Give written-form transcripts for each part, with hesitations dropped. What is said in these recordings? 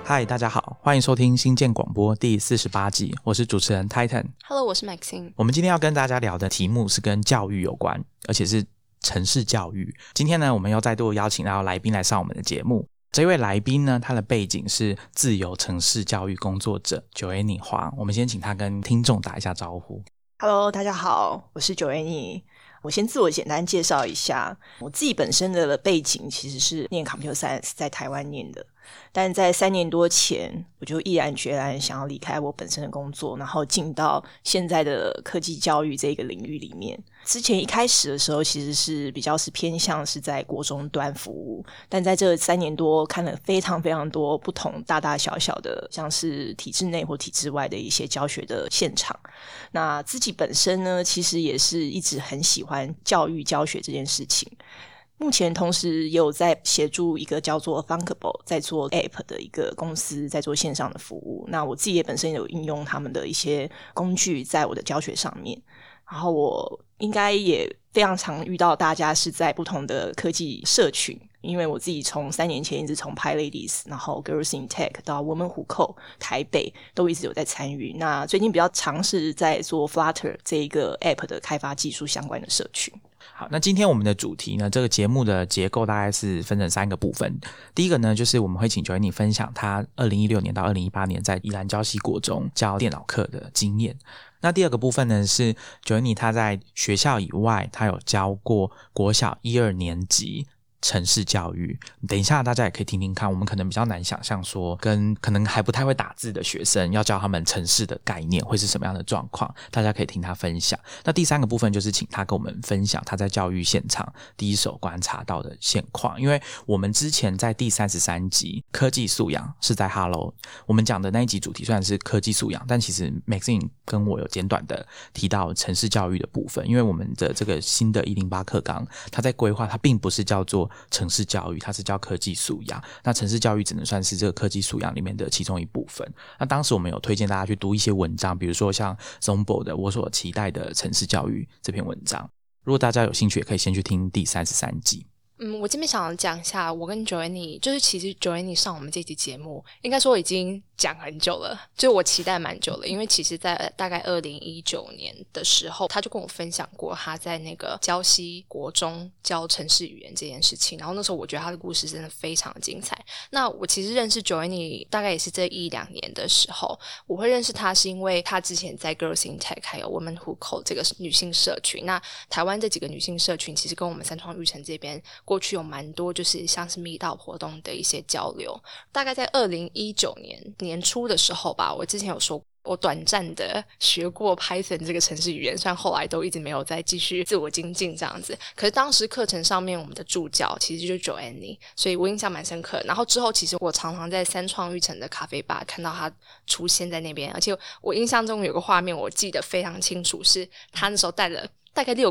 嗨，大家好，欢迎收听新建广播第48集，我是主持人 Titan。Hello， 我是 Maxine。 我们今天要跟大家聊的题目是跟教育有关，而且是城市教育。今天呢，我们又再度邀请到来宾来上我们的节目。这位来宾呢，他的背景是自由城市教育工作者 Joanny 黄。我们先请他跟听众打一下招呼。 Hello， 大家好，我是 Joanny。我先自我简单介绍一下，我自己本身的背景其实是念 Computer Science， 在台湾念的。但在3年多前，我就毅然决然想要离开我本身的工作，然后进到现在的科技教育这个领域里面。之前一开始的时候，其实是比较是偏向是在国中端服务，但在这3年多看了非常非常多不同大大小小的，像是体制内或体制外的一些教学的现场。那自己本身呢，其实也是一直很喜欢教育教学这件事情。目前同时也有在协助一个叫做 Funkable 在做 App 的一个公司，在做线上的服务。那我自己也本身有应用他们的一些工具在我的教学上面。然后我应该也非常常遇到大家是在不同的科技社群，因为我自己从3年前一直从 PyLadies 然后 Girls in Tech 到 Women Who Code 台北都一直有在参与。那最近比较尝试在做 Flutter 这一个 App 的开发技术相关的社群。 好，那今天我们的主题呢，这个节目的结构大概是分成3个部分。第一个呢，就是我们会请 Joanny 分享她2016年到2018年在宜兰礁溪国中教电脑课的经验。那第二个部分呢，是 Joanny 她在学校以外，她有教过国小1、2年级城市教育。等一下大家也可以听听看，我们可能比较难想象说跟可能还不太会打字的学生要教他们城市的概念会是什么样的状况，大家可以听他分享。那第3个部分就是请他跟我们分享他在教育现场第一手观察到的现况。因为我们之前在第33集科技素养是在 Hello， 我们讲的那一集主题虽然是科技素养，但其实 Maxine 跟我有简短的提到城市教育的部分。因为我们的这个新的108课纲，它在规划，它并不是叫做城市教育，它是叫科技素养。那城市教育只能算是这个科技素养里面的其中一部分。那当时我们有推荐大家去读一些文章，比如说像 Zombo 的我所期待的城市教育这篇文章。如果大家有兴趣，也可以先去听第33集。 我这边想讲一下，我跟 Joanny， 就是其实 Joanny 上我们这期节目，应该说已经讲很久了，就是我期待蛮久了。因为其实在大概2019年的时候，他就跟我分享过他在那个礁溪国中教城市语言这件事情，然后那时候我觉得他的故事真的非常精彩。那我其实认识 Joanny 大概也是这1-2年的时候，我会认识他是因为他之前在 Girls in Tech 还有 Women Who Code 这个女性社群。那台湾这几个女性社群其实跟我们三创育成这边过去有蛮多就是像是 meet up 活动的一些交流。大概在2019年年初的时候吧，我之前有说我短暂的学过 Python 这个程式语言，虽然后来都一直没有再继续自我精进这样子。可是当时课程上面我们的助教其实就是 Joanny， 所以我印象蛮深刻。然后之后其实我常常在三创育成的咖啡吧看到他出现在那边，而且我印象中有个画面我记得非常清楚，是他那时候带了大概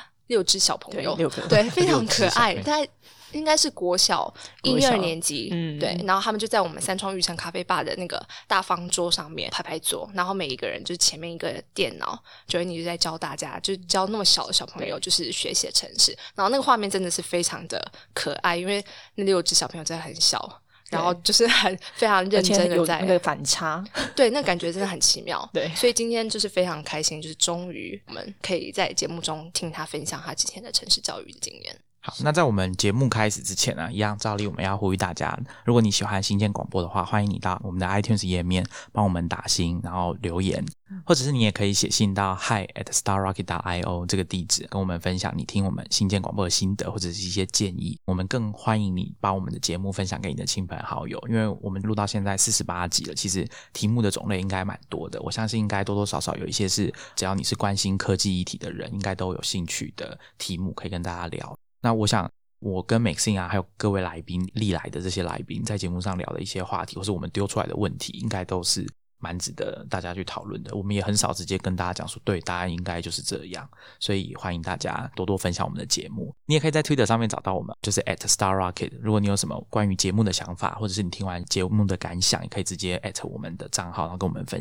6只小朋友，对，非常可爱，大概应该是国小1、2年级，对，然后他们就在我们三创育成咖啡吧的那个大方桌上面排桌，然后每一个人就是前面一个电脑，Joanny就在教大家，就教那么小的小朋友就是学写程式，然后那个画面真的是非常的可爱，因为那6只小朋友真的很小，然后就是非常认真的在那个反差， 对，那感觉真的很奇妙。 对， 所以今天就是非常开心，就是终于我们可以在节目中听他分享他之前的城市教育的经验。 好，那在我们节目开始之前呢，一样照例我们要呼吁大家，如果你喜欢新建广播的话，欢迎你到我们的 iTunes 页面帮我们打星，然后留言，或者是你也可以写信到 hi@starrocket.io 这个地址跟我们分享你听我们新建广播的心得或者是一些建议。我们更欢迎你把我们的节目分享给你的亲朋好友，因为我们录到现在48集了，其实题目的种类应该蛮多的，我相信应该多多少少有一些是只要你是关心科技议题的人应该都有兴趣的题目可以跟大家聊。那我想我跟 Maxine 啊还有各位来宾历来的这些来宾在节目上聊的一些话题或是我们丢出来的问题应该都是蛮值得大家去讨论的，我们也很少直接跟大家讲说对答案应该就是这样，所以欢迎大家多多分享我们的节目。你也可以在 Twitter 上面找到我们，就是 @StarRocket， 如果你有什么关于节目的想法或者是你听完节目的感想，也可以直接我们的账号然后跟我们分享。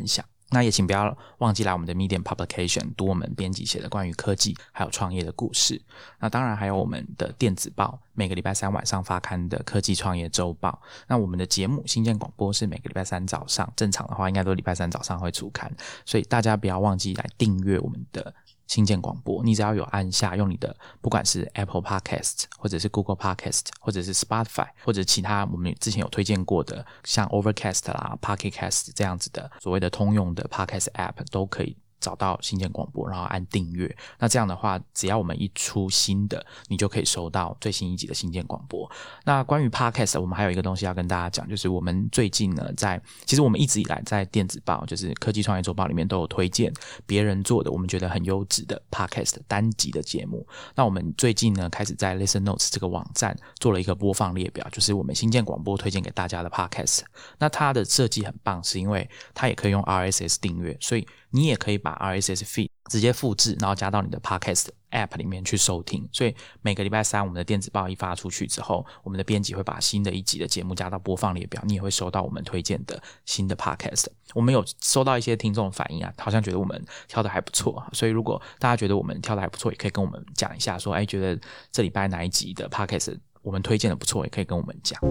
那也请不要忘记来我们的 Medium Publication 读我们编辑写的关于科技还有创业的故事。那当然还有我们的电子报，每个礼拜三晚上发刊的科技创业周报。那我们的节目新建广播是每个礼拜三早上，正常的话应该都礼拜三早上会出刊，所以大家不要忘记来订阅我们的新建广播。你只要有按下用你的不管是 Apple Podcast 或者是 Google Podcast 或者是 Spotify 或者其他我们之前有推荐过的像 Overcast 啦 Pocket Cast 这样子的所谓的通用的 Podcast App 都可以找到新建广播，然后按订阅。那这样的话只要我们一出新的，你就可以收到最新一集的新建广播。那关于 Podcast 我们还有一个东西要跟大家讲，就是我们最近呢其实我们一直以来在电子报就是科技创业周报里面都有推荐别人做的我们觉得很优质的 Podcast 单集的节目。那我们最近呢开始在 Listen Notes 这个网站做了一个播放列表，就是我们新建广播推荐给大家的 Podcast。 那它的设计很棒，是因为它也可以用 RSS 订阅，所以你也可以把RSS feed 直接复制，然后加到你的 Podcast App 里面去收听。所以每个礼拜三我们的电子报一发出去之后，我们的编辑会把新的一集的节目加到播放列表，你也会收到我们推荐的新的 Podcast。 我们有收到一些听众的反应啊，好像觉得我们挑的还不错，所以如果大家觉得我们挑的还不错，也可以跟我们讲一下说觉得这礼拜哪一集的 Podcast 我们推荐的不错，也可以跟我们讲。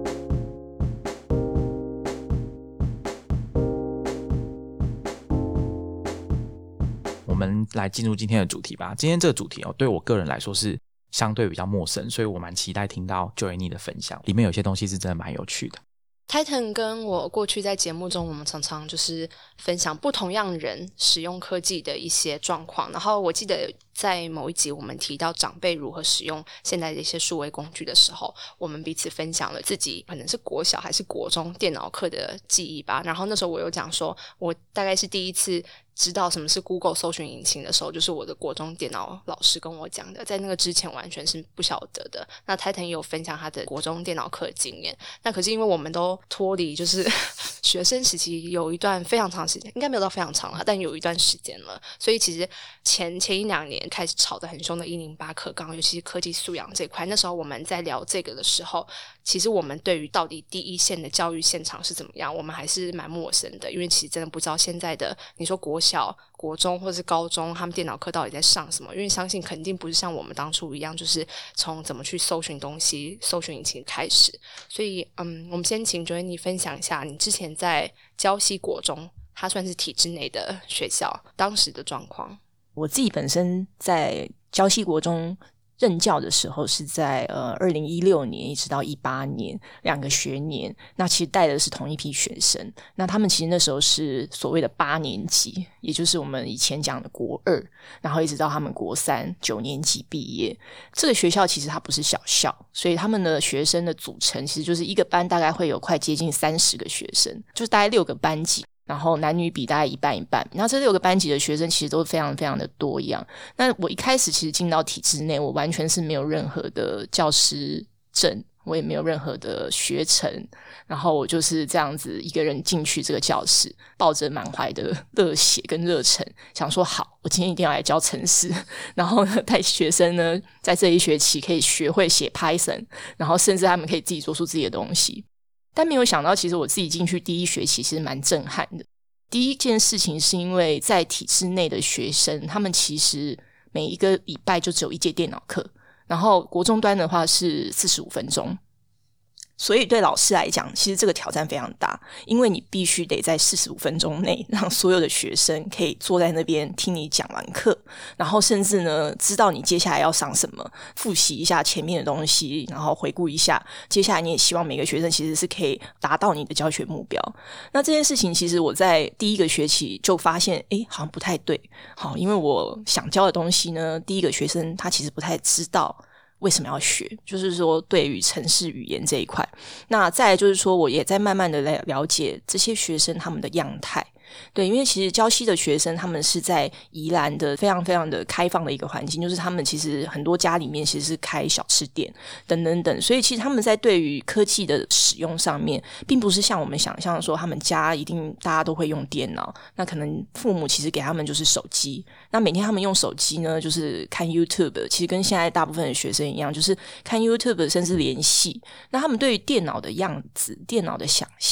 我们来进入今天的主题吧。今天这个主题对我个人来说是相对比较陌生，所以我蛮期待听到 Joanny 的分享，里面有些东西是真的蛮有趣的。 Titan 跟我过去在节目中，我们常常就是分享不同样人使用科技的一些状况。然后我记得在某一集我们提到长辈如何使用现在的一些数位工具的时候，我们彼此分享了自己可能是国小还是国中电脑课的记忆吧。然后那时候我有讲说，我大概是第一次知道什么是 Google 搜寻引擎的时候，就是我的国中电脑老师跟我讲的，在那个之前完全是不晓得的。那 Titan 也有分享他的国中电脑课经验。那可是因为我们都脱离就是学生时期有一段非常长时间，应该没有到非常长啦，但有一段时间了，所以其实前一两年开始吵得很凶的108课纲，尤其是科技素养这一块，那时候我们在聊这个的时候，其实我们对于到底第一线的教育现场是怎么样，我们还是蛮陌生的。因为其实真的不知道现在的你说国小国中或是高中他们电脑课到底在上什么，因为相信肯定不是像我们当初一样就是从怎么去搜寻东西搜寻引擎开始。所以我们先请 Joanny 分享一下你之前在礁溪国中，它算是体制内的学校，当时的状况。 我自己本身在礁溪国中任教的时候是在2016年一直到18年2个学年，那其实带的是同一批学生。那他们其实那时候是所谓的8年级，也就是我们以前讲的国2，然后一直到他们国3 9年级毕业。这个学校其实它不是小校，所以他们的学生的组成其实就是一个班大概会有快接近30个学生，就是大概6个班级，然后男女比大概一半一半。那这6个班级的学生其实都非常非常的多样。那我一开始其实进到体制内，我完全是没有任何的教师证，我也没有任何的学程，然后我就是这样子一个人进去这个教室，抱着满怀的热血跟热忱，想说好，我今天一定要来教程式，然后呢带学生呢在这一学期可以学会写 Python， 然后甚至他们可以自己做出自己的东西。但没有想到其实我自己进去第一学期其实蛮震撼的。第一件事情是因为在体制内的学生，他们其实每一个礼拜就只有1节电脑课，然后国中端的话是45分钟，所以对老师来讲其实这个挑战非常大，因为你必须得在45分钟内让所有的学生可以坐在那边听你讲完课，然后甚至呢知道你接下来要上什么，复习一下前面的东西，然后回顾一下接下来你也希望每个学生其实是可以达到你的教学目标。那这件事情其实我在第一个学期就发现好像不太对，好，因为我想教的东西呢，第一个学生他其实不太知道为什么要学，就是说对于程式语言这一块。那再来就是说我也在慢慢的来了解这些学生他们的样态。对，因为其实礁溪的学生他们是在宜兰的非常非常的开放的一个环境，就是他们其实很多家里面其实是开小吃店等等等，所以其实他们在对于科技的使用上面并不是像我们想象说他们家一定大家都会用电脑，那可能父母其实给他们就是手机，那每天他们用手机呢就是看 YouTube， 其实跟现在大部分的学生一样，就是看 YouTube 甚至联系。那他们对于电脑的样子电脑的想象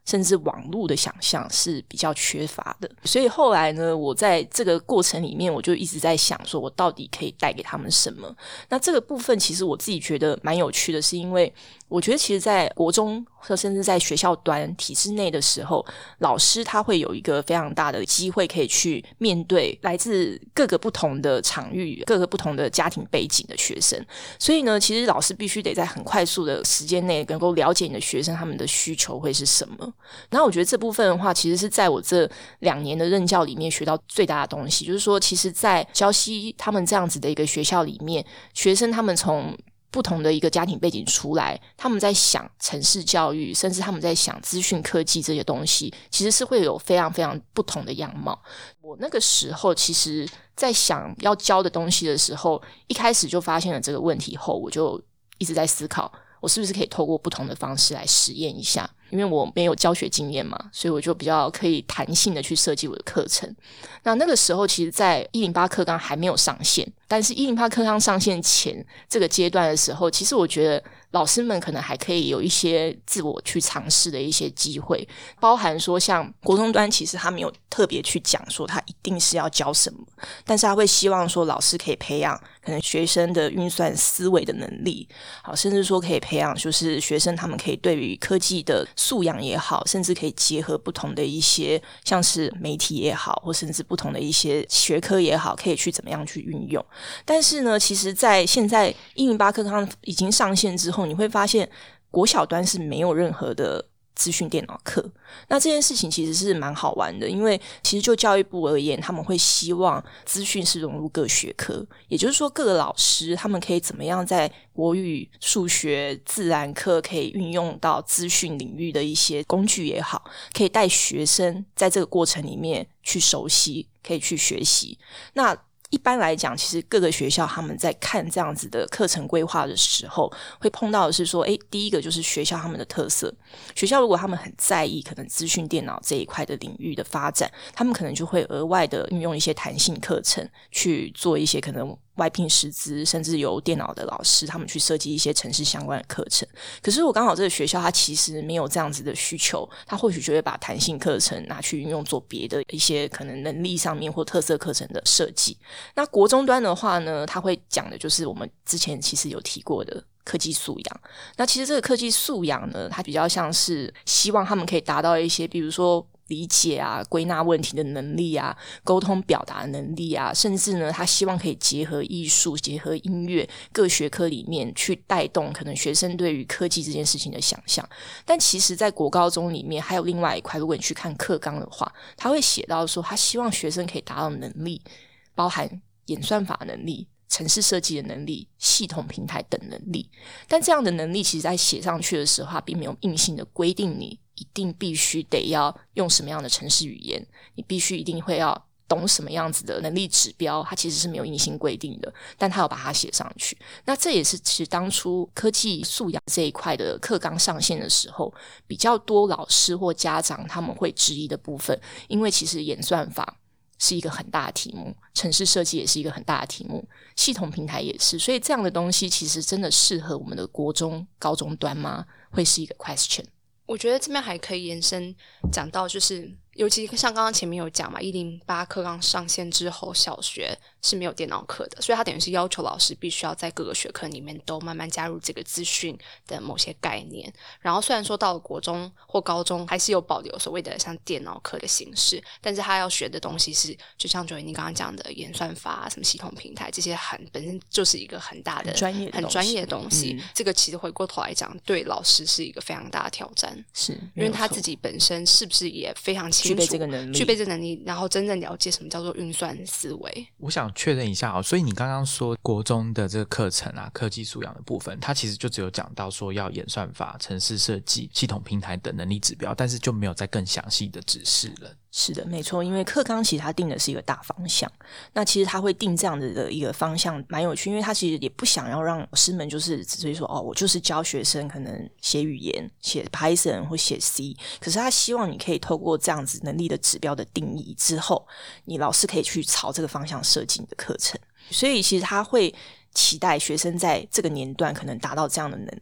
甚至网络的想象是比较缺乏的。所以后来呢，我在这个过程里面我就一直在想说我到底可以带给他们什么。那这个部分其实我自己觉得蛮有趣的，是因为我觉得其实在国中甚至在学校端体制内的时候，老师他会有一个非常大的机会可以去面对来自各个不同的场域各个不同的家庭背景的学生。所以呢，其实老师必须得在很快速的时间内能够了解你的学生他们的需求会是什么。然后我觉得这部分的话，其实是在我这2年的任教里面学到最大的东西，就是说其实在礁溪他们这样子的一个学校里面，学生他们从不同的一个家庭背景出来，他们在想城市教育，甚至他们在想资讯科技这些东西，其实是会有非常非常不同的样貌。我那个时候其实在想要教的东西的时候，一开始就发现了这个问题后，我就一直在思考我是不是可以透过不同的方式来实验一下。因为我没有教学经验嘛，所以我就比较可以弹性的去设计我的课程。那个时候其实在108课纲还没有上线，但是108课纲上线前这个阶段的时候，其实我觉得老师们可能还可以有一些自我去尝试的一些机会，包含说像国中端其实他没有特别去讲说他一定是要教什么，但是他会希望说老师可以培养可能学生的运算思维的能力，好，甚至说可以培养就是学生他们可以对于科技的素养也好，甚至可以结合不同的一些像是媒体也好，或甚至不同的一些学科也好，可以去怎么样去运用。但是呢，其实在现在108课纲已经上线之后，你会发现国小端是没有任何的资讯电脑课。那这件事情其实是蛮好玩的，因为其实就教育部而言，他们会希望资讯是融入各学科，也就是说各个老师他们可以怎么样在国语、数学、自然科可以运用到资讯领域的一些工具也好，可以带学生在这个过程里面去熟悉，可以去学习。那一般来讲，其实各个学校他们在看这样子的课程规划的时候，会碰到的是说，第一个就是学校他们的特色。学校如果他们很在意可能资讯电脑这一块的领域的发展，他们可能就会额外的运用一些弹性课程去做一些可能外聘师资，甚至由电脑的老师他们去设计一些程式相关的课程。可是我刚好这个学校它其实没有这样子的需求，它或许就会把弹性课程拿去运用做别的一些可能能力上面或特色课程的设计。那国中端的话呢，它会讲的就是我们之前其实有提过的科技素养。那其实这个科技素养呢，它比较像是希望他们可以达到一些比如说理解啊、归纳问题的能力啊、沟通表达的能力啊，甚至呢他希望可以结合艺术、结合音乐各学科里面去带动可能学生对于科技这件事情的想象。但其实在国高中里面还有另外一块，如果你去看课纲的话，他会写到说他希望学生可以达到能力，包含演算法能力、程式设计的能力、系统平台等能力。但这样的能力其实在写上去的时候，它并没有硬性的规定你一定必须得要用什么样的程式语言，你必须一定会要懂什么样子的能力指标，它其实是没有硬性规定的，但它要把它写上去。那这也是其实当初科技素养这一块的课纲上线的时候，比较多老师或家长他们会质疑的部分，因为其实演算法是一个很大的题目，程式设计也是一个很大的题目，系统平台也是，所以这样的东西其实真的适合我们的国中、高中端吗？会是一个 question。 我觉得这边还可以延伸讲到，就是尤其像刚刚前面有讲嘛，108课纲上线之后，小学是没有电脑课的，所以它等于是要求老师必须要在各个学科里面都慢慢加入这个资讯的某些概念。然后虽然说到了国中或高中还是有保留所谓的像电脑课的形式，但是他要学的东西是就像Joey你刚刚讲的演算法、什么系统平台，这些本身就是一个很大的很专业的东西。这个其实回过头来讲，对老师是一个非常大的挑战， 是因为他自己本身是不是也非常清楚具备这个能力， 然后真正了解什么叫做运算思维。 我想确认一下所以你刚刚说国中的这个课程啊，科技素养的部分，它其实就只有讲到说要演算法、程式设计、系统平台等能力指标，但是就没有再更详细的指示了。 是的，没错，因为课纲其实它定的是一个大方向，那其实它会定这样子的一个方向蛮有趣，因为它其实也不想要让老师们就是直接说我就是教学生可能写语言、写 Python 或写 C， 可是他希望你可以透过这样子能力的指标的定义之后，你老师可以去朝这个方向设计你的课程，所以其实他会期待学生在这个年段可能达到这样的能力。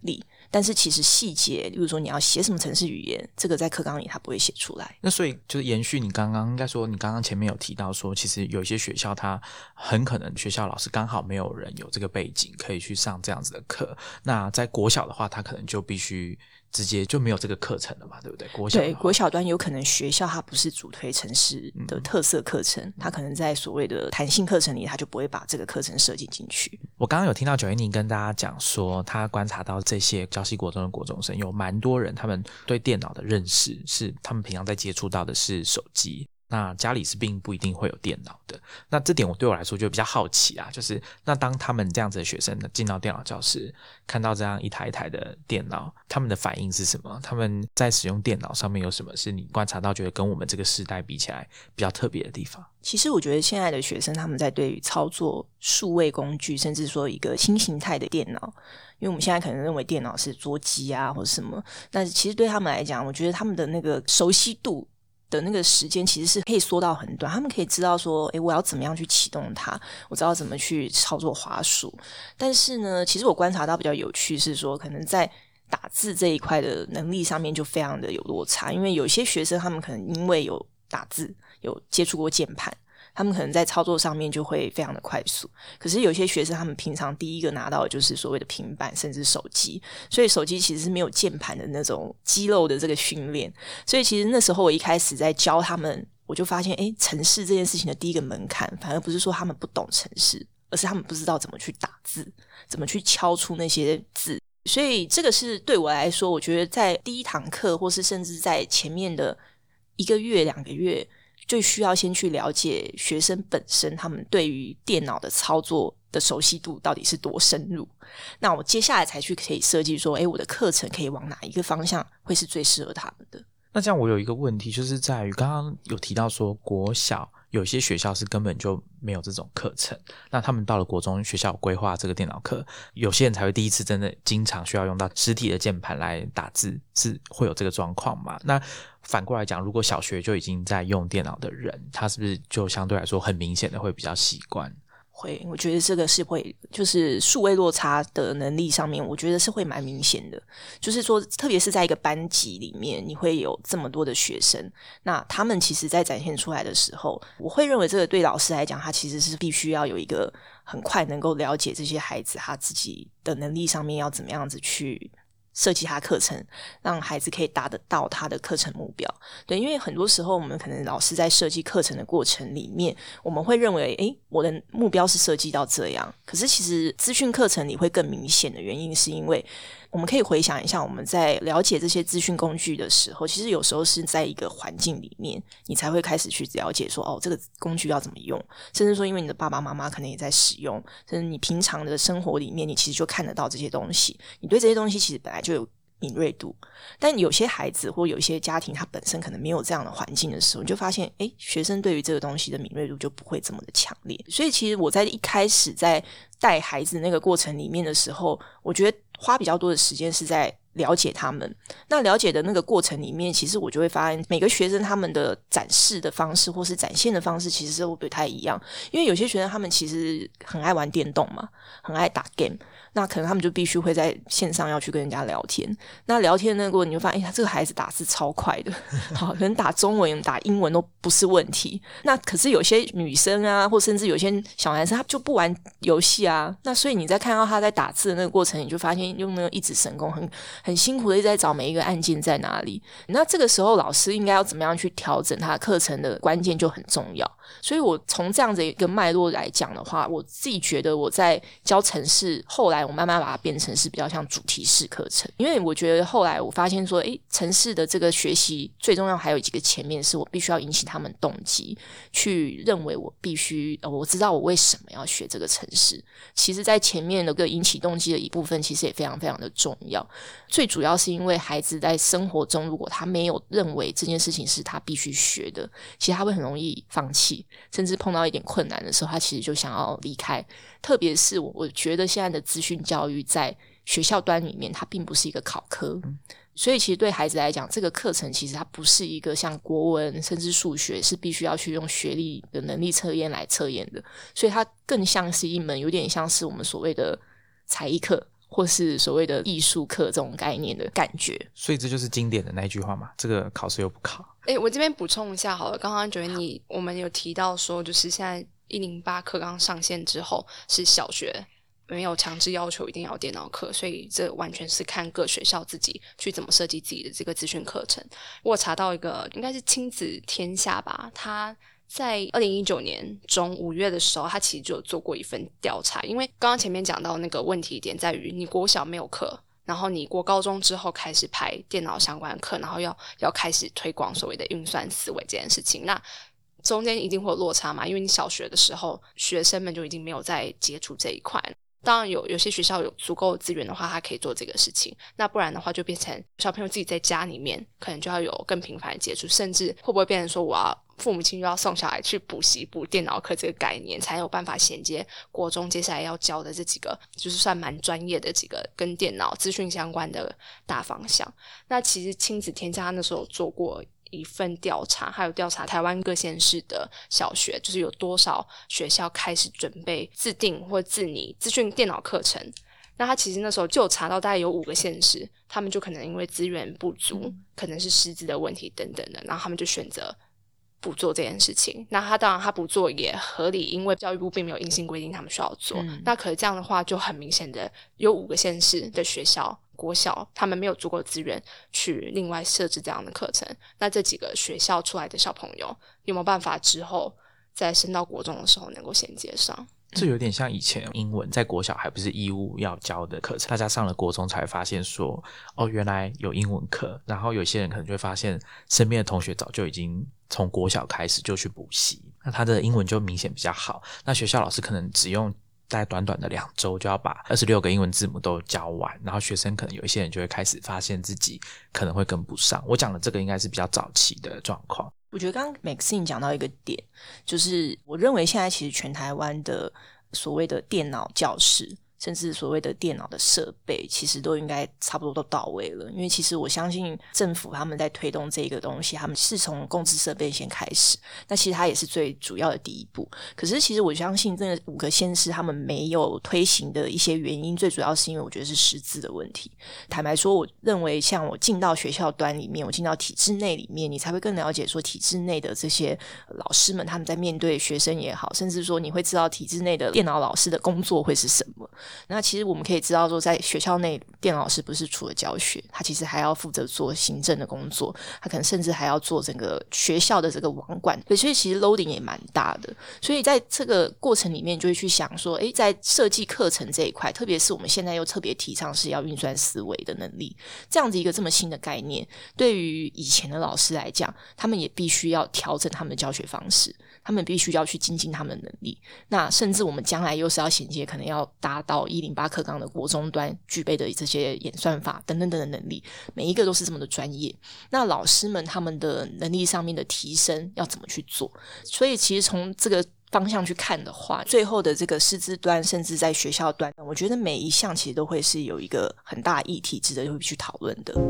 但是其实细节，例如说你要写什么程式语言，这个在课纲里它不会写出来。 那所以就是延续你刚刚前面有提到说，其实有一些学校它很可能学校老师刚好没有人有这个背景可以去上这样子的课，那在国小的话他可能就必须直接就没有这个课程了嘛，对不对？对， 国小端有可能学校它不是主推程式的特色课程，它可能在所谓的弹性课程里，它就不会把这个课程设计进去。 我刚刚有听到Joanny跟大家讲说，他观察到这些礁溪国中的国中生有蛮多人他们对电脑的认识是他们平常在接触到的是手机，那家里是并不一定会有电脑的。那这点对我来说就比较好奇啊，就是那当他们这样子的学生进到电脑教室，看到这样一台一台的电脑，他们的反应是什么？他们在使用电脑上面有什么是你观察到觉得跟我们这个时代比起来比较特别的地方？ 其实我觉得现在的学生他们在对于操作数位工具，甚至说一个新形态的电脑，因为我们现在可能认为电脑是桌机啊或者什么，但是其实对他们来讲，我觉得他们的那个熟悉度的那个时间其实是可以缩到很短，他们可以知道说我要怎么样去启动它，我知道怎么去操作滑鼠。但是呢，其实我观察到比较有趣是说，可能在打字这一块的能力上面就非常的有落差，因为有些学生他们可能因为有打字有接触过键盘，他们可能在操作上面就会非常的快速，可是有些学生他们平常第一个拿到的就是所谓的平板甚至手机，所以手机其实是没有键盘的那种肌肉的这个训练，所以其实那时候我一开始在教他们，我就发现程式这件事情的第一个门槛反而不是说他们不懂程式，而是他们不知道怎么去打字，怎么去敲出那些字。所以这个是对我来说，我觉得在第一堂课或是甚至在前面的1个月2个月就需要先去了解学生本身他们对于电脑的操作的熟悉度到底是多深入，那我接下来才去可以设计说我的课程可以往哪一个方向会是最适合他们的。 那这样我有一个问题，就是在于刚刚有提到说国小有些学校是根本就没有这种课程，那他们到了国中学校规划这个电脑课，有些人才会第一次真的经常需要用到实体的键盘来打字，是会有这个状况吗？那反过来讲，如果小学就已经在用电脑的人，他是不是就相对来说很明显的会比较习惯？ 会，我觉得这个是会，就是数位落差的能力上面，我觉得是会蛮明显的。就是说，特别是在一个班级里面，你会有这么多的学生，那他们其实在展现出来的时候，我会认为这个对老师来讲，他其实是必须要有一个很快能够了解这些孩子他自己的能力上面要怎么样子去设计他课程，让孩子可以达得到他的课程目标。对，因为很多时候我们可能老师在设计课程的过程里面，我们会认为我的目标是设计到这样，可是其实资讯课程里会更明显的原因是因为我们可以回想一下，我们在了解这些资讯工具的时候，其实有时候是在一个环境里面你才会开始去了解说这个工具要怎么用，甚至说因为你的爸爸妈妈可能也在使用，甚至你平常的生活里面你其实就看得到这些东西，你对这些东西其实本来就有敏锐度。但有些孩子或有一些家庭他本身可能没有这样的环境的时候，你就发现学生对于这个东西的敏锐度就不会这么的强烈。所以其实我在一开始在带孩子那个过程里面的时候，我觉得花比较多的时间是在了解他们。那了解的那个过程里面，其实我就会发现每个学生他们的展示的方式或是展现的方式其实都不太一样。因为有些学生他们其实很爱玩电动嘛，很爱打 game， 那可能他们就必须会在线上要去跟人家聊天。那聊天的那个过程你就发现这个孩子打字超快的好，可能打中文打英文都不是问题。那可是有些女生啊，或甚至有些小男生他就不玩游戏啊，那所以你在看到他在打字的那个过程，你就发现用那个一指神功很辛苦的一直在找每一个按键在哪里。那这个时候老师应该要怎么样去调整他课程的关键就很重要。所以我从这样子一个脉络来讲的话，我自己觉得我在教程式，后来我慢慢把它变成是比较像主题式课程。因为我觉得后来我发现说程式的这个学习最重要还有几个前面是我必须要引起他们动机，去认为我必须我知道我为什么要学这个程式。其实在前面的个引起动机的一部分其实也非常非常的重要。最主要是因为孩子在生活中如果他没有认为这件事情是他必须学的，其实他会很容易放弃，甚至碰到一点困难的时候他其实就想要离开。特别是我觉得现在的资讯教育在学校端里面它并不是一个考科，所以其实对孩子来讲这个课程其实它不是一个像国文甚至数学是必须要去用学历的能力测验来测验的，所以它更像是一门有点像是我们所谓的才艺课或是所谓的艺术课这种概念的感觉。 所以这就是经典的那一句话嘛，这个考试又不考。 我这边补充一下好了，刚刚觉得我们有提到说，就是现在108课纲上线之后，是小学没有强制要求一定要电脑课，所以这完全是看各学校自己去怎么设计自己的这个资讯课程。我查到一个应该是亲子天下吧，他在2019年中5月的时候，他其实就有做过一份调查。因为刚刚前面讲到那个问题点在于，你国小没有课，然后你国高中之后开始排电脑相关的课，然后要开始推广所谓的运算思维这件事情，那中间一定会有落差嘛，因为你小学的时候学生们就已经没有在接触这一块。当然有些学校有足够的资源的话，他可以做这个事情，那不然的话就变成小朋友自己在家里面可能就要有更频繁的接触，甚至会不会变成说父母亲又要送小孩去补习补电脑课这个概念，才有办法衔接国中接下来要教的这几个就是算蛮专业的几个跟电脑资讯相关的大方向。那其实亲子天下那时候有做过一份调查，还有调查台湾各县市的小学，就是有多少学校开始准备自定或自拟资讯电脑课程。那他其实那时候就有查到大概有5个县市，他们就可能因为资源不足，可能是师资的问题等等的，然后他们就选择不做这件事情。那当然他不做也合理，因为教育部并没有硬性规定他们需要做。那可是这样的话就很明显的有5个县市的学校国小他们没有足够的资源去另外设置这样的课程。那这几个学校出来的小朋友有没有办法之后在升到国中的时候能够衔接上？ 这有点像以前英文在国小还不是义务要教的课程，大家上了国中才发现说原来有英文课，然后有些人可能就会发现身边的同学早就已经从国小开始就去补习，那他的英文就明显比较好，那学校老师可能只用在短短的2周就要把26个英文字母都教完，然后学生可能有一些人就会开始发现自己可能会跟不上。我讲的这个应该是比较早期的状况。 我觉得刚刚 Maxine 讲到一个点，就是我认为现在其实全台湾的所谓的电脑教室，甚至所谓的电脑的设备其实都应该差不多都到位了。因为其实我相信政府他们在推动这个东西，他们是从共治设备先开始，那其实它也是最主要的第一步。可是其实我相信这5个县市他们没有推行的一些原因，最主要是因为我觉得是师资的问题。坦白说，我认为像我进到学校端里面，我进到体制内里面，你才会更了解说体制内的这些老师们他们在面对学生也好，甚至说你会知道体制内的电脑老师的工作会是什么。那其实我们可以知道说，在学校内电脑老师不是除了教学，他其实还要负责做行政的工作，他可能甚至还要做整个学校的这个网管，所以其实 loading 也蛮大的。所以在这个过程里面就会去想说，在设计课程这一块，特别是我们现在又特别提倡是要运算思维的能力，这样子一个这么新的概念，对于以前的老师来讲，他们也必须要调整他们的教学方式，他们必须要去精进他们的能力。那甚至我们将来又是要衔接可能要达到108课纲的国中端具备的这些演算法等等等的能力，每一个都是这么的专业。那老师们他们的能力上面的提升要怎么去做？所以其实从这个方向去看的话，最后的这个师资端甚至在学校端，我觉得每一项其实都会是有一个很大议题值得会去讨论的。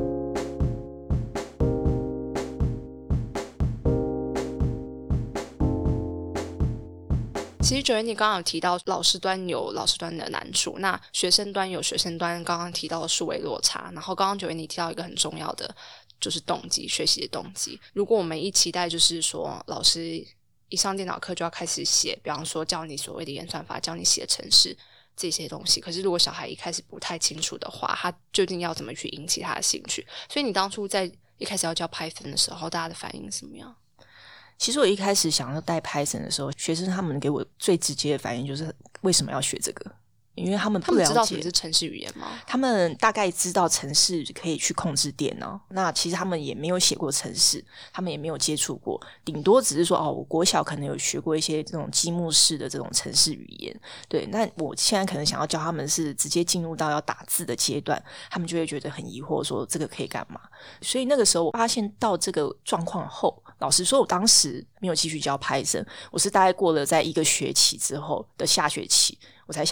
其实Joanny刚刚有提到老师端有老师端的难处，那学生端有学生端刚刚提到的数位落差，然后刚刚Joanny提到一个很重要的就是动机，学习的动机。如果我们一期待就是说老师一上电脑课就要开始写，比方说教你所谓的演算法，教你写程式这些东西，可是如果小孩一开始不太清楚的话，他究竟要怎么去引起他的兴趣？所以你当初在一开始要教 Python 的时候，大家的反应是什么样？ 其实我一开始想要带 Python 的时候，学生他们给我最直接的反应就是为什么要学这个？因为他们不了解， 知道什么是程式语言吗？ 他们大概知道程式可以去控制电脑，那其实他们也没有写过程式，他们也没有接触过，顶多只是说我国小可能有学过一些这种积木式的这种程式语言。对，那我现在可能想要教他们是直接进入到要打字的阶段，他们就会觉得很疑惑，说这个可以干嘛？所以那个时候我发现到这个状况后，老实说我当时没有继续教 Python， 我是大概过了在1个学期之后的下学期，我才想说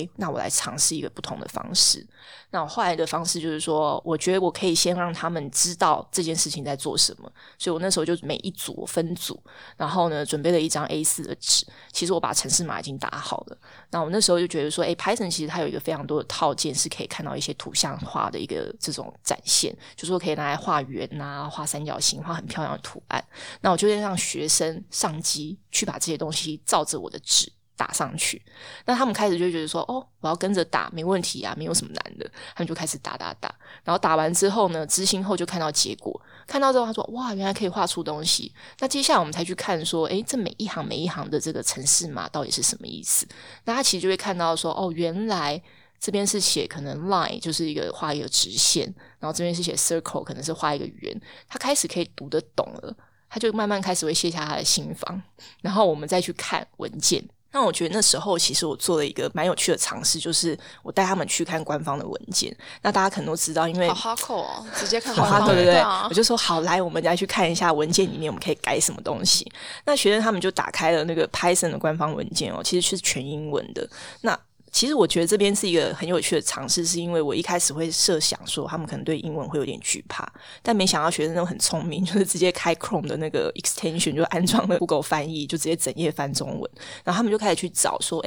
那我来尝试一个不同的方式。那我后来的方式就是说，我觉得我可以先让他们知道这件事情在做什么，所以我那时候就每一组我分组，然后呢准备了一张 A4 的纸，其实我把程式码已经打好了。那我那时候就觉得说Python 其实它有一个非常多的套件是可以看到一些图像化的一个这种展现，就是说可以拿来画圆啊，画三角形，画很漂亮的图案。那我就会让学生上机去把这些东西照着我的纸打上去。那他们开始就会觉得说我要跟着打没问题啊，没有什么难的。他们就开始打，然后打完之后呢，执行后就看到结果，看到之后他说哇，原来可以画出东西。那接下来我们才去看说这每一行的这个程式码到底是什么意思。那他其实就会看到说原来这边是写可能 line 就是画一个直线，然后这边是写 circle 可能是画一个圆，他开始可以读得懂了，他就慢慢开始会卸下他的心防，然后我们再去看文件。那我觉得那时候其实我做了一个蛮有趣的尝试，就是我带他们去看官方的文件。那大家可能都知道，因为好hardcore直接看官方对不对？ 啊、 我就说好，来我们再去看一下文件里面我们可以改什么东西。那学生他们就打开了那个 Python 的官方文件其实是全英文的。那其实我觉得这边是一个很有趣的尝试，是因为我一开始会设想说他们可能对英文会有点惧怕，但没想到学生都很聪明，就是直接开 Chrome 的那个 extension 就安装了 Google 翻译，就直接整页翻中文。然后他们就开始去找说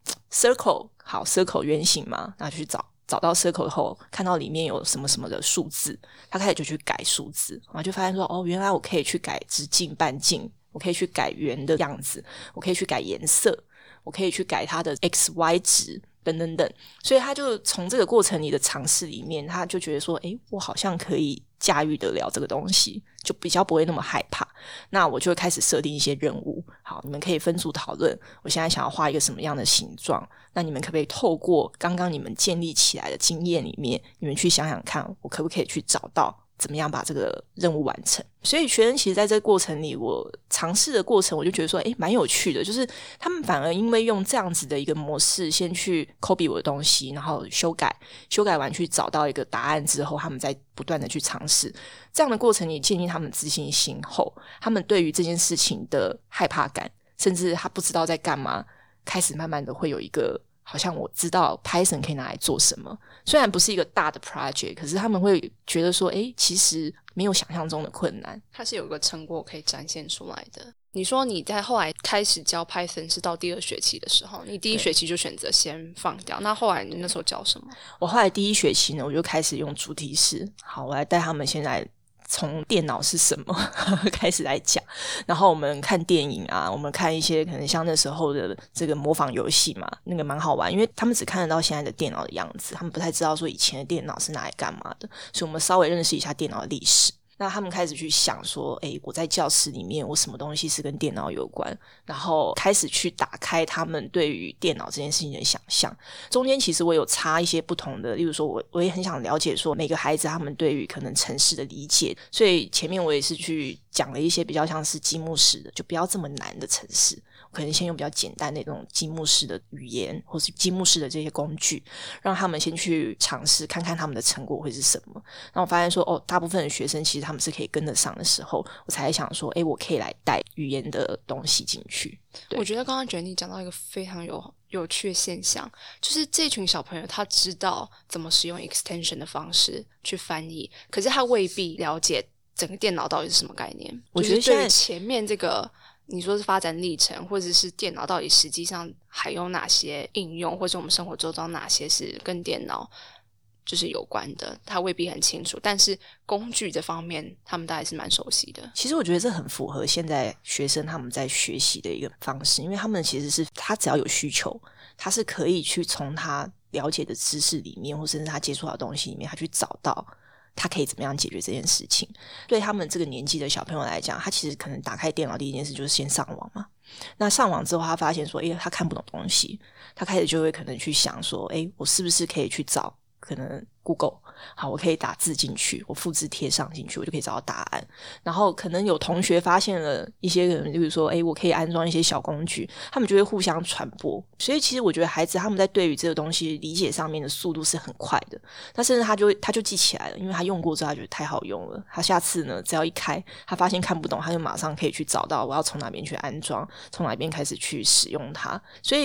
circle 好 circle 圆形嘛，那就去找到 circle 后看到里面有什么什么的数字，他开始就去改数字，然后就发现说原来我可以去改直径半径，我可以去改圆的样子，我可以去改颜色，我可以去改它的 XY 值等等等。所以他就从这个过程里的尝试里面，他就觉得说我好像可以驾驭得了这个东西，就比较不会那么害怕。那我就会开始设定一些任务，好，你们可以分组讨论，我现在想要画一个什么样的形状，那你们可不可以透过刚刚你们建立起来的经验里面，你们去想想看我可不可以去找到怎么样把这个任务完成。所以学生其实在这个过程里，我尝试的过程我就觉得说蛮有趣的，就是他们反而因为用这样子的一个模式先去 copy 我的东西，然后修改完去找到一个答案之后，他们再不断的去尝试。这样的过程里建立他们自信心后，他们对于这件事情的害怕感，甚至他不知道在干嘛，开始慢慢的会有一个好像我知道 Python 可以拿来做什么。虽然不是一个大的 project， 可是他们会觉得说其实没有想象中的困难， 它是有个成果可以展现出来的。你说你在后来开始教 Python 是到第2学期的时候，你第1学期就选择先放掉，那后来你那时候教什么？ 我后来第1学期呢，我就开始用主题式，好，我来带他们先来从电脑是什么开始来讲，然后我们看电影啊，我们看一些可能像那时候的这个模仿游戏嘛，那个蛮好玩，因为他们只看得到现在的电脑的样子，他们不太知道说以前的电脑是拿来干嘛的，所以我们稍微认识一下电脑的历史。那他们开始去想说我在教室里面我什么东西是跟电脑有关，然后开始去打开他们对于电脑这件事情的想象。中间其实我有插一些不同的，例如说我也很想了解说每个孩子他们对于可能程式的理解，所以前面我也是去讲了一些比较像是积木式的，就不要这么难的程式，可能先用比较简单的那种积木式的语言或是积木式的这些工具，让他们先去尝试看看他们的成果会是什么。然后我发现说大部分的学生其实他们是可以跟得上的时候，我才想说我可以来带语言的东西进去。 我觉得刚刚Jenny讲到一个非常有趣的现象，就是这群小朋友他知道怎么使用 extension 的方式去翻译，可是他未必了解整个电脑到底是什么概念。 我觉得就是对于前面这个你说是发展历程，或者是电脑到底实际上还有哪些应用，或者我们生活周遭哪些是跟电脑就是有关的，他未必很清楚，但是工具这方面他们大概是蛮熟悉的。 其实我觉得这很符合现在学生他们在学习的一个方式，因为他们其实是他只要有需求，他是可以去从他了解的知识里面，或甚至他接触到的东西里面，他去找到他可以怎么样解决这件事情。对他们这个年纪的小朋友来讲，他其实可能打开电脑第一件事就是先上网嘛。那上网之后他发现说他看不懂东西，他开始就会可能去想说我是不是可以去找可能 Google， 好，我可以打字进去，我复制贴上进去，我就可以找到答案。然后可能有同学发现了一些人，例如说我可以安装一些小工具，他们就会互相传播。所以其实我觉得孩子他们在对于这个东西理解上面的速度是很快的，那甚至他就记起来了，因为他用过之后他觉得太好用了，他下次呢只要一开他发现看不懂，他就马上可以去找到我要从哪边去安装，从哪边开始去使用它。所以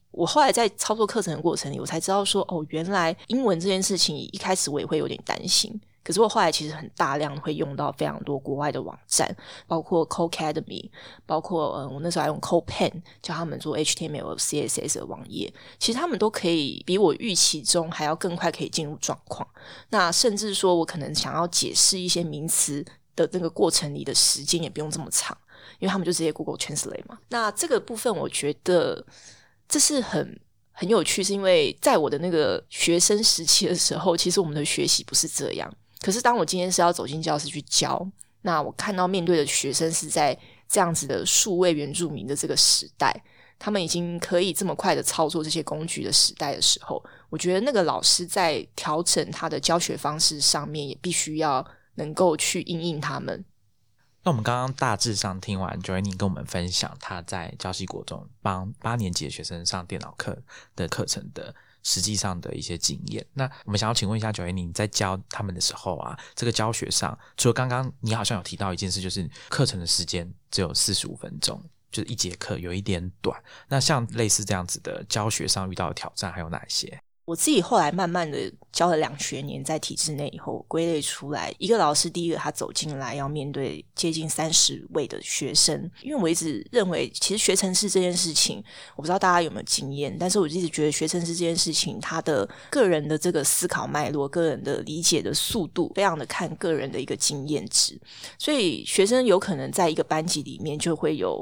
我后来在操作课程的过程里，我才知道说原来英文这件事情一开始我也会有点担心，可是我后来其实很大量会用到非常多国外的网站，包括 Codecademy， 包括我那时候还用 CodePen 教他们做 HTML、CSS 的网页，其实他们都可以比我预期中还要更快可以进入状况。那甚至说我可能想要解释一些名词的那个过程里的时间也不用这么长，因为他们就直接 Google Translate 嘛。那这个部分我觉得这是很有趣，是因为在我的那个学生时期的时候，其实我们的学习不是这样。可是当我今天是要走进教室去教，那我看到面对的学生是在这样子的数位原住民的这个时代，他们已经可以这么快的操作这些工具的时代的时候，我觉得那个老师在调整他的教学方式上面也必须要能够去因应他们。 那我们刚刚大致上听完 Joanny 跟我们分享他在礁溪国中帮8年级的学生上电脑课的课程的实际上的一些经验。那我们想要请问一下 Joanny， 你在教他们的时候啊，这个教学上除了刚刚你好像有提到一件事，就是课程的时间只有45分钟，就是一节课有一点短，那像类似这样子的教学上遇到的挑战还有哪些？ 我自己后来慢慢的教了2学年在体制内以后，归类出来一个老师，第一个他走进来要面对接近30位的学生。因为我一直认为其实学程式这件事情，我不知道大家有没有经验，但是我一直觉得学程式这件事情他的个人的这个思考脉络，个人的理解的速度非常的看个人的一个经验值，所以学生有可能在一个班级里面就会有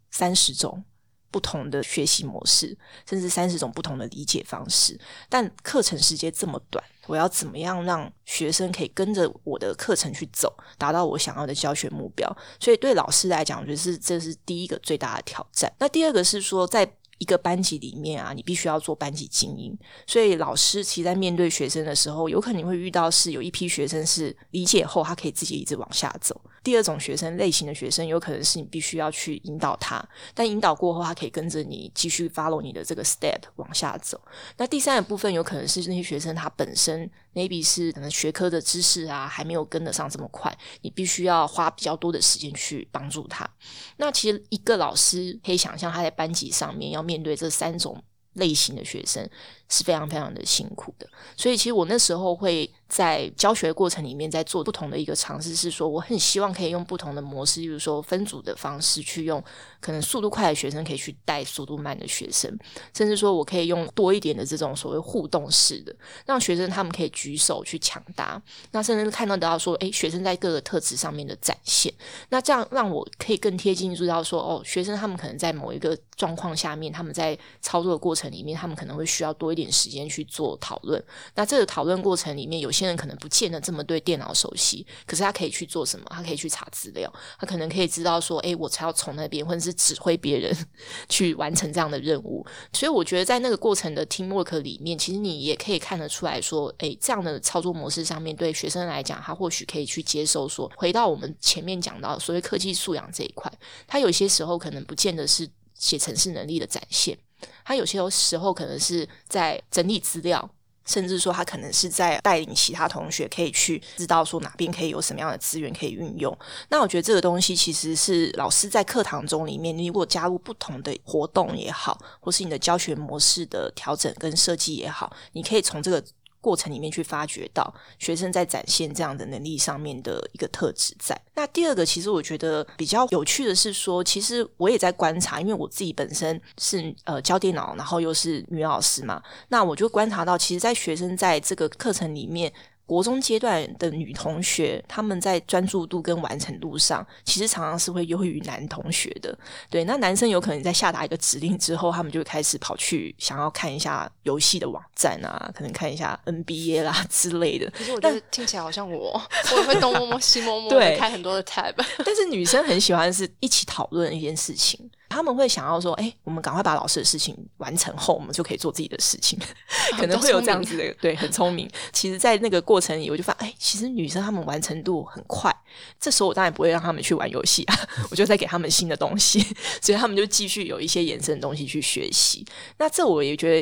30种不同的学习模式，甚至30种不同的理解方式，但课程时间这么短，我要怎么样让学生可以跟着我的课程去走，达到我想要的教学目标？所以对老师来讲，我觉得这是第一个最大的挑战。那第二个是说，在一个班级里面啊，你必须要做班级经营，所以老师其实在面对学生的时候，有可能会遇到是有一批学生是理解后他可以自己一直往下走，第二种学生类型的学生有可能是你必须要去引导他，但引导过后他可以跟着你继续 follow 你的这个 step 往下走。那第三个部分有可能是那些学生他本身 maybe 是可能学科的知识啊还没有跟得上这么快，你必须要花比较多的时间去帮助他。那其实一个老师可以想象他在班级上面要面对这3种类型的学生是非常非常的辛苦的。所以其实我那时候会在教学过程里面在做不同的一个尝试，是说我很希望可以用不同的模式，例如说分组的方式去用可能速度快的学生可以去带速度慢的学生，甚至说我可以用多一点的这种所谓互动式的，让学生他们可以举手去抢答，那甚至看到说学生在各个特质上面的展现，那这样让我可以更贴近知道说学生他们可能在某一个状况下面，他们在操作的过程里面他们可能会需要多一点时间去做讨论。那这个讨论过程里面有些人可能不见得这么对电脑熟悉，可是他可以去做什么？他可以去查资料，他可能可以知道说我才要从那边，或者是指挥别人去完成这样的任务。所以我觉得在那个过程的 teamwork 里面，其实你也可以看得出来说这样的操作模式上面对学生来讲，他或许可以去接受说，回到我们前面讲到所谓科技素养这一块，他有些时候可能不见得是写程式能力的展现，他有些时候可能是在整理资料，甚至说他可能是在带领其他同学可以去知道说哪边可以有什么样的资源可以运用。那我觉得这个东西其实是老师在课堂中里面，你如果加入不同的活动也好，或是你的教学模式的调整跟设计也好，你可以从这个过程里面去发掘到学生在展现这样的能力上面的一个特质在。那第二个其实我觉得比较有趣的是说，其实我也在观察，因为我自己本身是教电脑，然后又是女老师嘛，那我就观察到其实在学生在这个课程里面，国中阶段的女同学，她们在专注度跟完成度上其实常常是会优于男同学的。对，那男生有可能在下达一个指令之后，他们就会开始跑去想要看一下游戏的网站啊，可能看一下 NBA 啦之类的。 可是我觉得听起来好像我也会东摸摸西摸摸的开很多的 tab 但是女生很喜欢是一起讨论一件事情，他们会想要说我们赶快把老师的事情完成后，我们就可以做自己的事情可能会有这样子的对，很聪明。其实在那个过程里我就发现其实女生她们完成度很快，这时候我当然不会让他们去玩游戏啊，我就再给他们新的东西所以他们就继续有一些延伸的东西去学习。那这我也觉得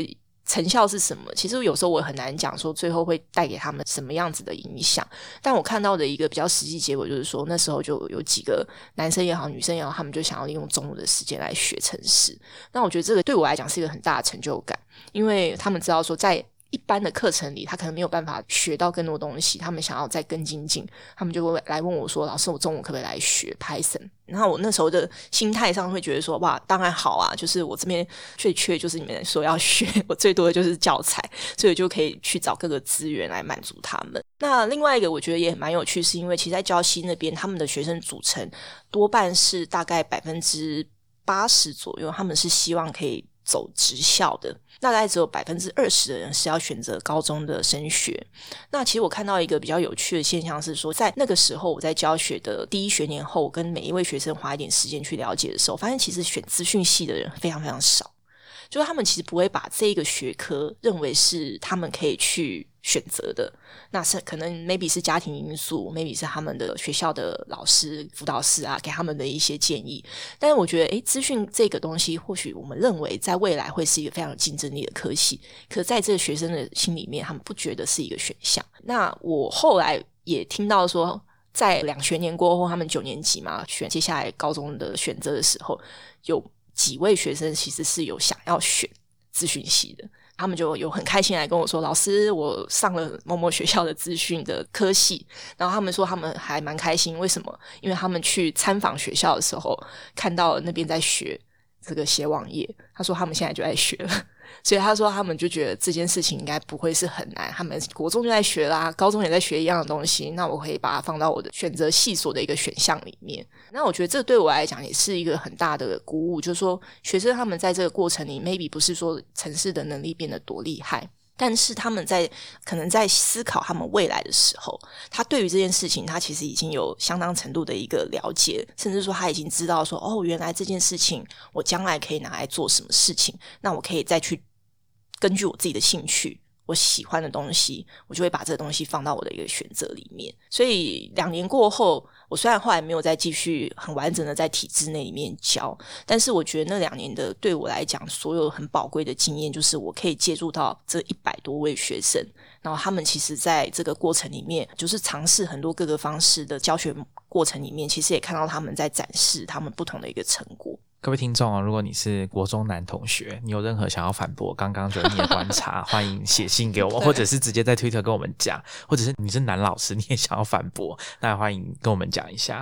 成效是什么，其实有时候我很难讲说最后会带给他们什么样子的影响，但我看到的一个比较实际结果就是说，那时候就有几个男生也好女生也好，他们就想要利用中午的时间来学程式。那我觉得这个对我来讲是一个很大的成就感，因为他们知道说在一般的课程里他可能没有办法学到更多东西，他们想要再更精进，他们就会来问我说，老师我中午可不可以来学 Python。 然后我那时候的心态上会觉得说，哇当然好啊，就是我这边最缺就是你们说要学，我最多的就是教材，所以我就可以去找各个资源来满足他们。那另外一个我觉得也蛮有趣，是因为其实在礁溪那边他们的学生组成多半是大概80%左右，他们是希望可以走职校的，那大概只有20%的人是要选择高中的升学。那其实我看到一个比较有趣的现象是说，在那个时候我在教学的第一学年后，跟每一位学生花一点时间去了解的时候，发现其实选资讯系的人非常非常少，就是他们其实不会把这个学科认为是他们可以去选择的，那是可能 maybe 是家庭因素， maybe 是他们的学校的老师辅导师啊给他们的一些建议。但是我觉得资讯这个东西或许我们认为在未来会是一个非常有竞争力的科系，可在这个学生的心里面他们不觉得是一个选项。那我后来也听到说，在2学年过后，他们9年级嘛选接下来高中的选择的时候，有几位学生其实是有想要选资讯系的，他们就有很开心来跟我说，老师我上了某某学校的资讯的科系，然后他们说他们还蛮开心，为什么？因为他们去参访学校的时候看到了那边在学这个写网页，他说他们现在就在学了，所以他说他们就觉得这件事情应该不会是很难，他们国中就在学啦，高中也在学一样的东西，那我可以把它放到我的选择系所的一个选项里面。那我觉得这对我来讲也是一个很大的鼓舞，就是说学生他们在这个过程里 maybe 不是说程式的能力变得多厉害，但是他们可能在思考他们未来的时候，他对于这件事情他其实已经有相当程度的一个了解，甚至说他已经知道说，哦，原来这件事情我将来可以拿来做什么事情，那我可以再去根据我自己的兴趣我喜欢的东西，我就会把这个东西放到我的一个选择里面。所以2年过后，我虽然后来没有再继续很完整的在体制内里面教，但是我觉得那2年的对我来讲所有很宝贵的经验，就是我可以接触到这100多位学生，然后他们其实在这个过程里面就是尝试很多各个方式的教学过程里面，其实也看到他们在展示他们不同的一个成果。 各位听众如果你是国中男同学，你有任何想要反驳刚刚Joanny的观察欢迎写信给我们，或者是直接在 Twitter 跟我们讲，或者是你是男老师你也想要反驳，那欢迎跟我们讲一下。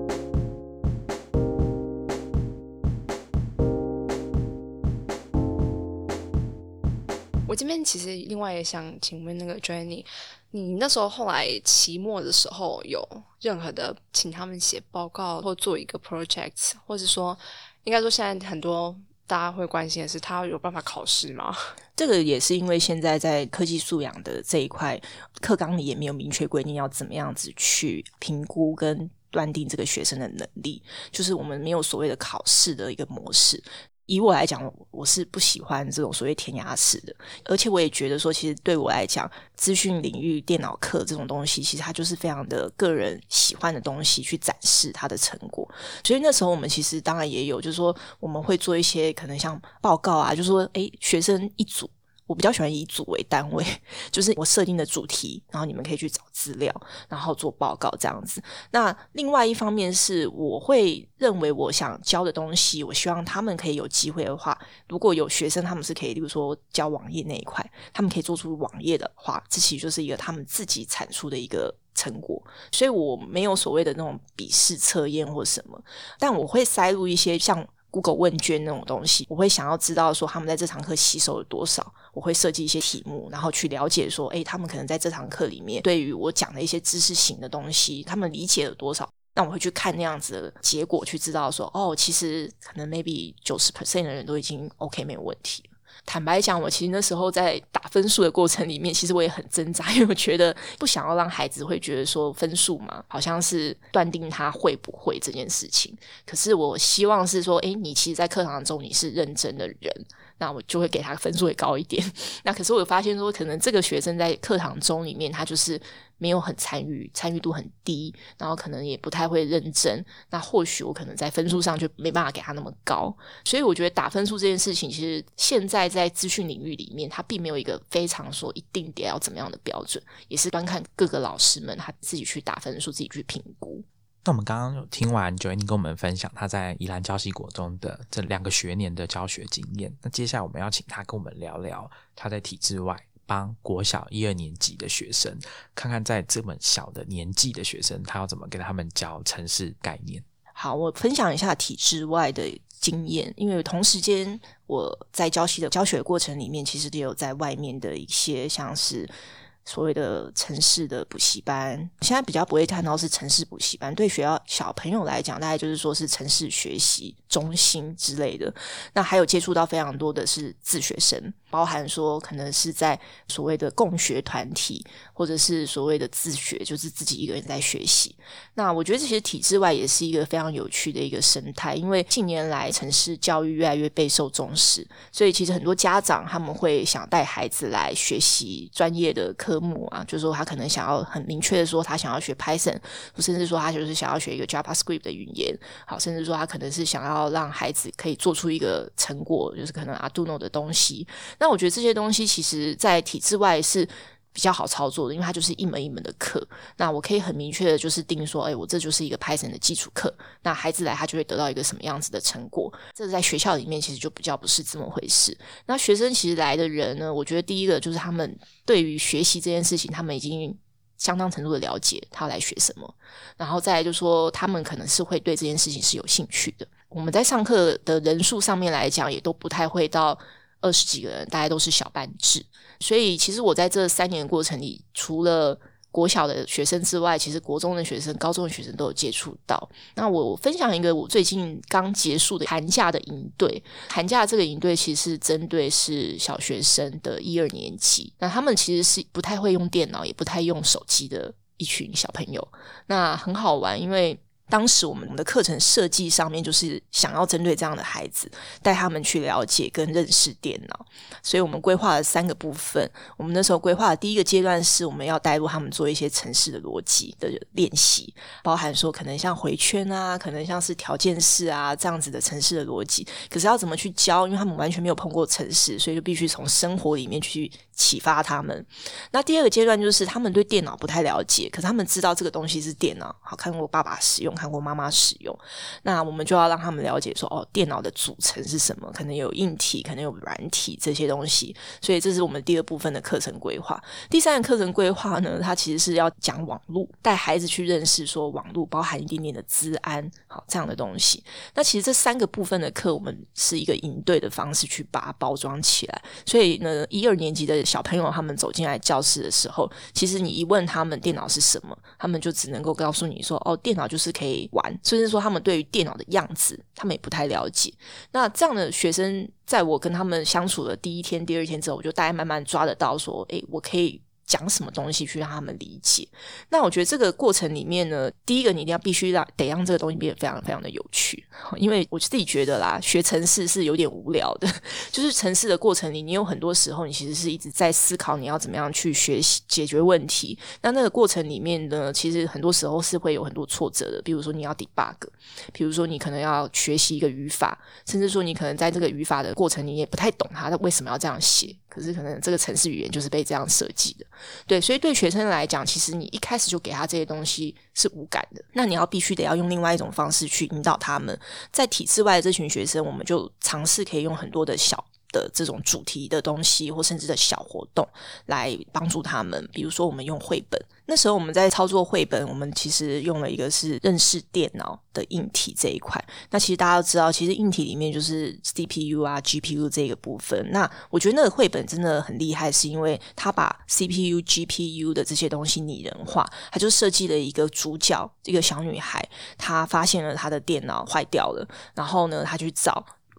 我这边其实另外也想请问那个 Joanny， 你那时候后来期末的时候有任何的请他们写报告或做一个 project， 或者说应该说现在很多大家会关心的是他有办法考试吗？ 这个也是因为现在在科技素养的这一块课纲里也没有明确规定要怎么样子去评估跟断定这个学生的能力，就是我们没有所谓的考试的一个模式。以我来讲，我是不喜欢这种所谓填鸭式的，而且我也觉得说其实对我来讲，资讯领域电脑课这种东西其实它就是非常的个人喜欢的东西去展示它的成果。所以那时候我们其实当然也有就是说我们会做一些可能像报告啊，就是说学生一组，我比较喜欢以组为单位，就是我设定的主题，然后你们可以去找资料，然后做报告这样子。那另外一方面是我会认为我想教的东西，我希望他们可以有机会的话，如果有学生他们是可以例如说教网页那一块，他们可以做出网页的话，这其实就是一个他们自己产出的一个成果。所以我没有所谓的那种笔试测验或什么，但我会塞入一些像Google 问卷那种东西，我会想要知道说他们在这堂课吸收了多少，我会设计一些题目，然后去了解说他们可能在这堂课里面对于我讲的一些知识型的东西他们理解了多少，那我会去看那样子的结果，去知道说其实可能 maybe 90% 的人都已经 OK 没有问题了。坦白讲，我其实那时候在打分数的过程里面，其实我也很挣扎，因为我觉得不想要让孩子会觉得说分数嘛好像是断定他会不会这件事情，可是我希望是说你其实在课堂中你是认真的人， 那我就会给他分数也高一点。那可是我有发现说，可能这个学生在课堂中里面他就是没有很参与度很低，然后可能也不太会认真，那或许我可能在分数上就没办法给他那么高。所以我觉得打分数这件事情，其实现在在资讯领域里面它并没有一个非常说一定得要怎么样的标准，也是端看各个老师们他自己去打分数，自己去评估。 那我们刚刚有听完 Joanny 跟我们分享他在宜兰礁溪国中的这2个学年的教学经验，那接下来我们要请他跟我们聊聊他在体制外帮国小1、2年级的学生，看看在这么小的年纪的学生他要怎么给他们教程式概念。 好，我分享一下体制外的经验，因为同时间我在礁溪的教学过程里面其实也有在外面的一些像是所谓的程式的补习班，现在比较不会看到是程式补习班，对学校小朋友来讲大概就是说是程式学习中心之类的。那还有接触到非常多的是自学生，包含说可能是在所谓的共学团体，或者是所谓的自学，就是自己一个人在学习。那我觉得这些体制外也是一个非常有趣的一个生态，因为近年来程式教育越来越备受重视，所以其实很多家长他们会想带孩子来学习专业的科目啊，就是说他可能想要很明确的说他想要学 Python， 甚至说他就是想要学一个 JavaScript 的语言，好，甚至说他可能是想要让孩子可以做出一个成果，就是可能 Arduino 的东西。那我觉得这些东西其实在体制外是比较好操作的，因为它就是一门一门的课，那我可以很明确的就是定说我这就是一个 Python 的基础课，那孩子来他就会得到一个什么样子的成果。这在学校里面其实就比较不是这么回事。那学生其实来的人呢，我觉得第一个就是他们对于学习这件事情他们已经相当程度的了解他要来学什么，然后再来就是说他们可能是会对这件事情是有兴趣的。我们在上课的人数上面来讲也都不太会到20几个人，大概都是小班制。所以其实我在这3年的过程里，除了国小的学生之外，其实国中的学生、高中的学生都有接触到。那我分享一个我最近刚结束的寒假的营队。寒假这个营队其实是针对是小学生的1、2年级，那他们其实是不太会用电脑，也不太用手机的一群小朋友。那很好玩，因为当时我们的课程设计上面就是想要针对这样的孩子，带他们去了解跟认识电脑，所以我们规划了3个部分。我们那时候规划的第一个阶段是我们要带入他们做一些程式的逻辑的练习，包含说可能像回圈啊，可能像是条件式啊这样子的程式的逻辑。可是要怎么去教，因为他们完全没有碰过程式，所以就必须从生活里面去启发他们。那第二个阶段就是他们对电脑不太了解，可是他们知道这个东西是电脑，好，看过爸爸使用，看过妈妈使用，那我们就要让他们了解说电脑的组成是什么，可能有硬体，可能有软体这些东西。所以这是我们第2部分的课程规划。第3个课程规划呢，它其实是要讲网络，带孩子去认识说网络包含一点点的资安，好，这样的东西。那其实这3个部分的课我们是一个营队的方式去把它包装起来。所以呢1、2年级的小朋友他们走进来教室的时候，其实你一问他们电脑是什么，他们就只能够告诉你说电脑就是可以玩，甚至说他们对于电脑的样子他们也不太了解。那这样的学生在我跟他们相处的第1天第2天之后，我就大概慢慢抓得到说我可以讲什么东西去让他们理解。那我觉得这个过程里面呢，第一个你一定要必须得让这个东西变得非常非常的有趣，因为我自己觉得啦，学程式是有点无聊的，就是程式的过程里你有很多时候你其实是一直在思考你要怎么样去学习解决问题。那个过程里面呢，其实很多时候是会有很多挫折的，比如说你要 debug， 比如说你可能要学习一个语法，甚至说你可能在这个语法的过程你也不太懂它为什么要这样写，可是可能这个程式语言就是被这样设计的。对，所以对学生来讲，其实你一开始就给他这些东西是无感的，那你要必须得要用另外一种方式去引导他们。在体制外的这群学生，我们就尝试可以用很多的小的这种主题的东西，或甚至的小活动来帮助他们。比如说我们用绘本，那时候我们在操作绘本，我们其实用了一个是认识电脑的硬体这一块。那其实大家都知道，其实硬体里面就是 CPU 啊 GPU 这个部分。那我觉得那个绘本真的很厉害，是因为他把 CPU GPU 的这些东西拟人化，他就设计了一个主角，一个小女孩，她发现了她的电脑坏掉了，然后呢她去找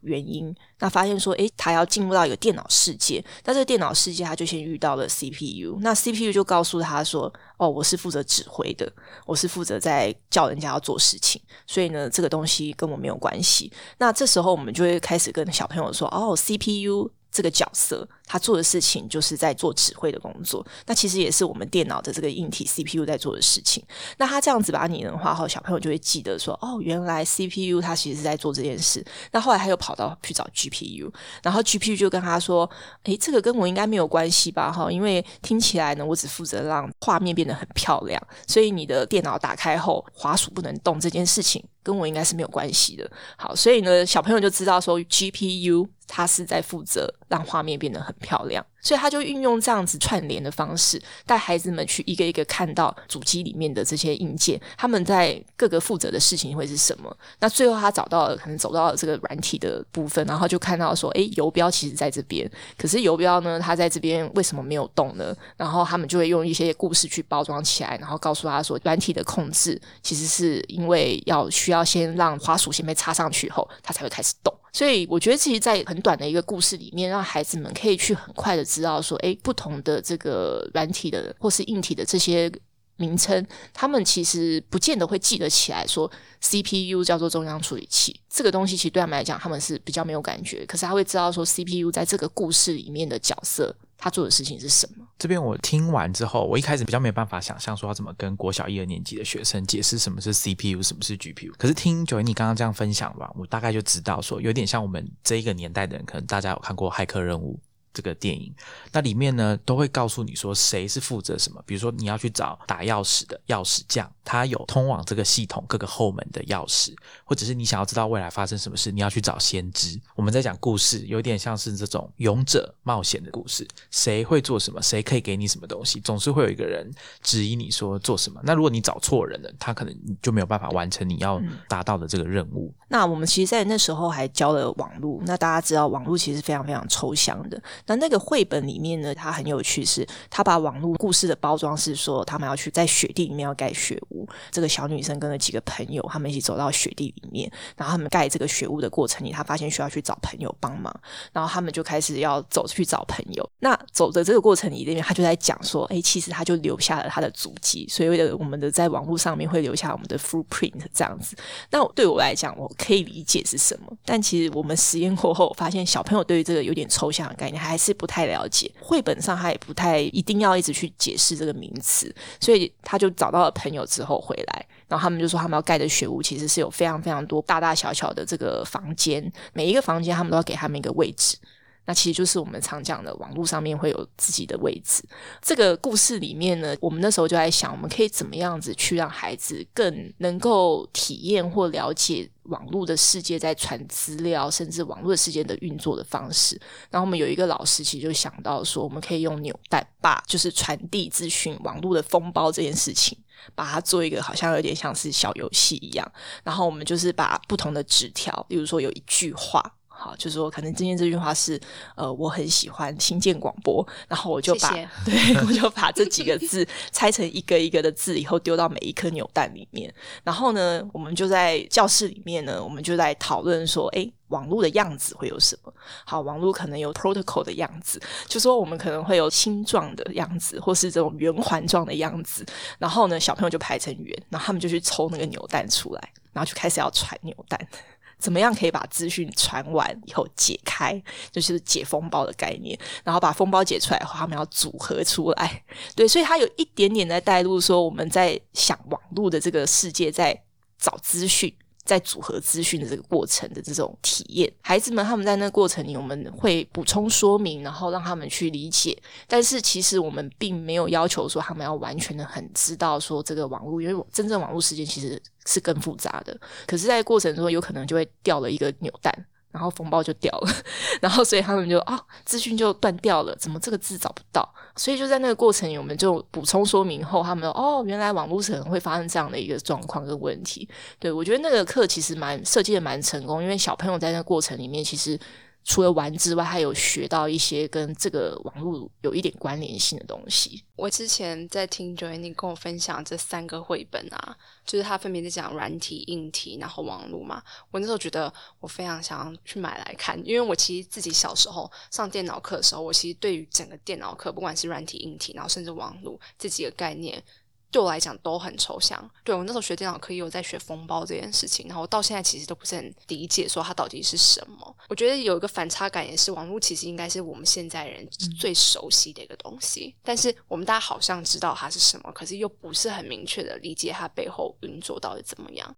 原因，那发现说他要进入到一个电脑世界，那这个电脑世界他就先遇到了 CPU， 那 CPU 就告诉他说我是负责指挥的，我是负责在叫人家要做事情，所以呢这个东西跟我没有关系。那这时候我们就会开始跟小朋友说CPU这个角色他做的事情就是在做指挥的工作，那其实也是我们电脑的这个硬体 CPU 在做的事情。那他这样子把它拟人化后，小朋友就会记得说原来 CPU 他其实是在做这件事。那后来他又跑到去找 GPU， 然后 GPU 就跟他说这个跟我应该没有关系吧，因为听起来呢我只负责让画面变得很漂亮，所以你的电脑打开后滑鼠不能动这件事情跟我应该是没有关系的。好，所以呢小朋友就知道说 GPU 他是在负责让画面变得很漂亮，所以他就运用这样子串联的方式带孩子们去一个一个看到主机里面的这些硬件，他们在各个负责的事情会是什么。那最后他可能走到了这个软体的部分，然后就看到说游标其实在这边，可是游标呢它在这边为什么没有动呢？然后他们就会用一些故事去包装起来，然后告诉他说软体的控制其实是因为需要先让滑鼠先被插上去后它才会开始动。所以我觉得其实在很短的一个故事里面，让孩子们可以去很快的知道说不同的这个软体的或是硬体的这些名称，他们其实不见得会记得起来说 CPU 叫做中央处理器，这个东西其实对他们来讲他们是比较没有感觉，可是他会知道说 CPU 在这个故事里面的角色他做的事情是什么。 这边我听完之后，我一开始比较没有办法想象说要怎么跟国小1、2年级的学生解释什么是 CPU 什么是 GPU， 可是听Joanny刚刚这样分享吧，我大概就知道说有点像我们这一个年代的人，可能大家有看过骇客任务这个电影，那里面呢都会告诉你说谁是负责什么。比如说你要去找打钥匙的钥匙匠，他有通往这个系统各个后门的钥匙，或者是你想要知道未来发生什么事，你要去找先知。我们在讲故事有点像是这种勇者冒险的故事，谁会做什么，谁可以给你什么东西，总是会有一个人指引你说做什么。那如果你找错人了，他可能就没有办法完成你要达到的这个任务。 那我们其实在那时候还教了网络，那大家知道网络其实非常非常抽象的，那个绘本里面呢它很有趣，是他把网络故事的包装是说他们要去在雪地里面要盖雪屋，这个小女生跟了几个朋友他们一起走到雪地里面，然后他们盖这个雪屋的过程里，他发现需要去找朋友帮忙，然后他们就开始要走去找朋友。那走的这个过程里面他就在讲说其实他就留下了他的足迹，所以我们的在网络上面会留下我们的 footprint 这样子。那对我来讲我可以理解是什么，但其实我们实验过后发现小朋友对于这个有点抽象的概念还是不太了解，绘本上他也不太一定要一直去解释这个名词，所以他就找到了朋友之后回来，然后他们就说他们要盖的雪屋其实是有非常非常多大大小小的这个房间，每一个房间他们都要给他们一个位置，那其实就是我们常讲的网络上面会有自己的位置。这个故事里面呢，我们那时候就在想我们可以怎么样子去让孩子更能够体验或了解网络的世界在传资料，甚至网络的世界的运作的方式。然后我们有一个老师其实就想到说我们可以用扭蛋把就是传递资讯网络的封包这件事情把它做一个好像有点像是小游戏一样，然后我们就是把不同的纸条，例如说有一句话，好，就是说可能今天这句话是我很喜欢新建广播，然后我就把谢谢对，我就把这几个字拆成一个一个的字以后丢到每一颗扭蛋里面，然后呢我们就在教室里面呢我们就在讨论说网络的样子会有什么。好，网络可能有 protocol 的样子，就说我们可能会有星状的样子或是这种圆环状的样子，然后呢小朋友就排成圆，然后他们就去抽那个扭蛋出来，然后就开始要传扭蛋，怎么样可以把资讯传完以后解开，就是解封包的概念，然后把封包解出来后他们要组合出来。对，所以他有一点点在带入说我们在想网络的这个世界在找资讯在组合资讯的这个过程的这种体验，孩子们他们在那个过程里我们会补充说明，然后让他们去理解，但是其实我们并没有要求说他们要完全的很知道说这个网络，因为真正网络世界其实是更复杂的，可是在过程中有可能就会掉了一个扭蛋，然后封包就掉了，然后所以他们就资讯就断掉了，怎么这个字找不到，所以就在那个过程里我们就补充说明后，他们原来网络可能会发生这样的一个状况跟问题。对，我觉得那个课其实设计的蛮成功，因为小朋友在那个过程里面其实除了玩之外，他有学到一些跟这个网络有一点关联性的东西。 我之前在听 Joanny 跟我分享这3个绘本啊，就是他分别在讲软体、硬体然后网络嘛，我那时候觉得我非常想要去买来看，因为我其实自己小时候上电脑课的时候，我其实对于整个电脑课不管是软体、硬体然后甚至网络这几个概念对我来讲都很抽象。对，我那时候学电脑课也有在学风暴这件事情，然后我到现在其实都不是很理解说它到底是什么。我觉得有一个反差感也是，网络其实应该是我们现在人最熟悉的一个东西，但是我们大家好像知道它是什么，可是又不是很明确的理解它背后运作到底怎么样。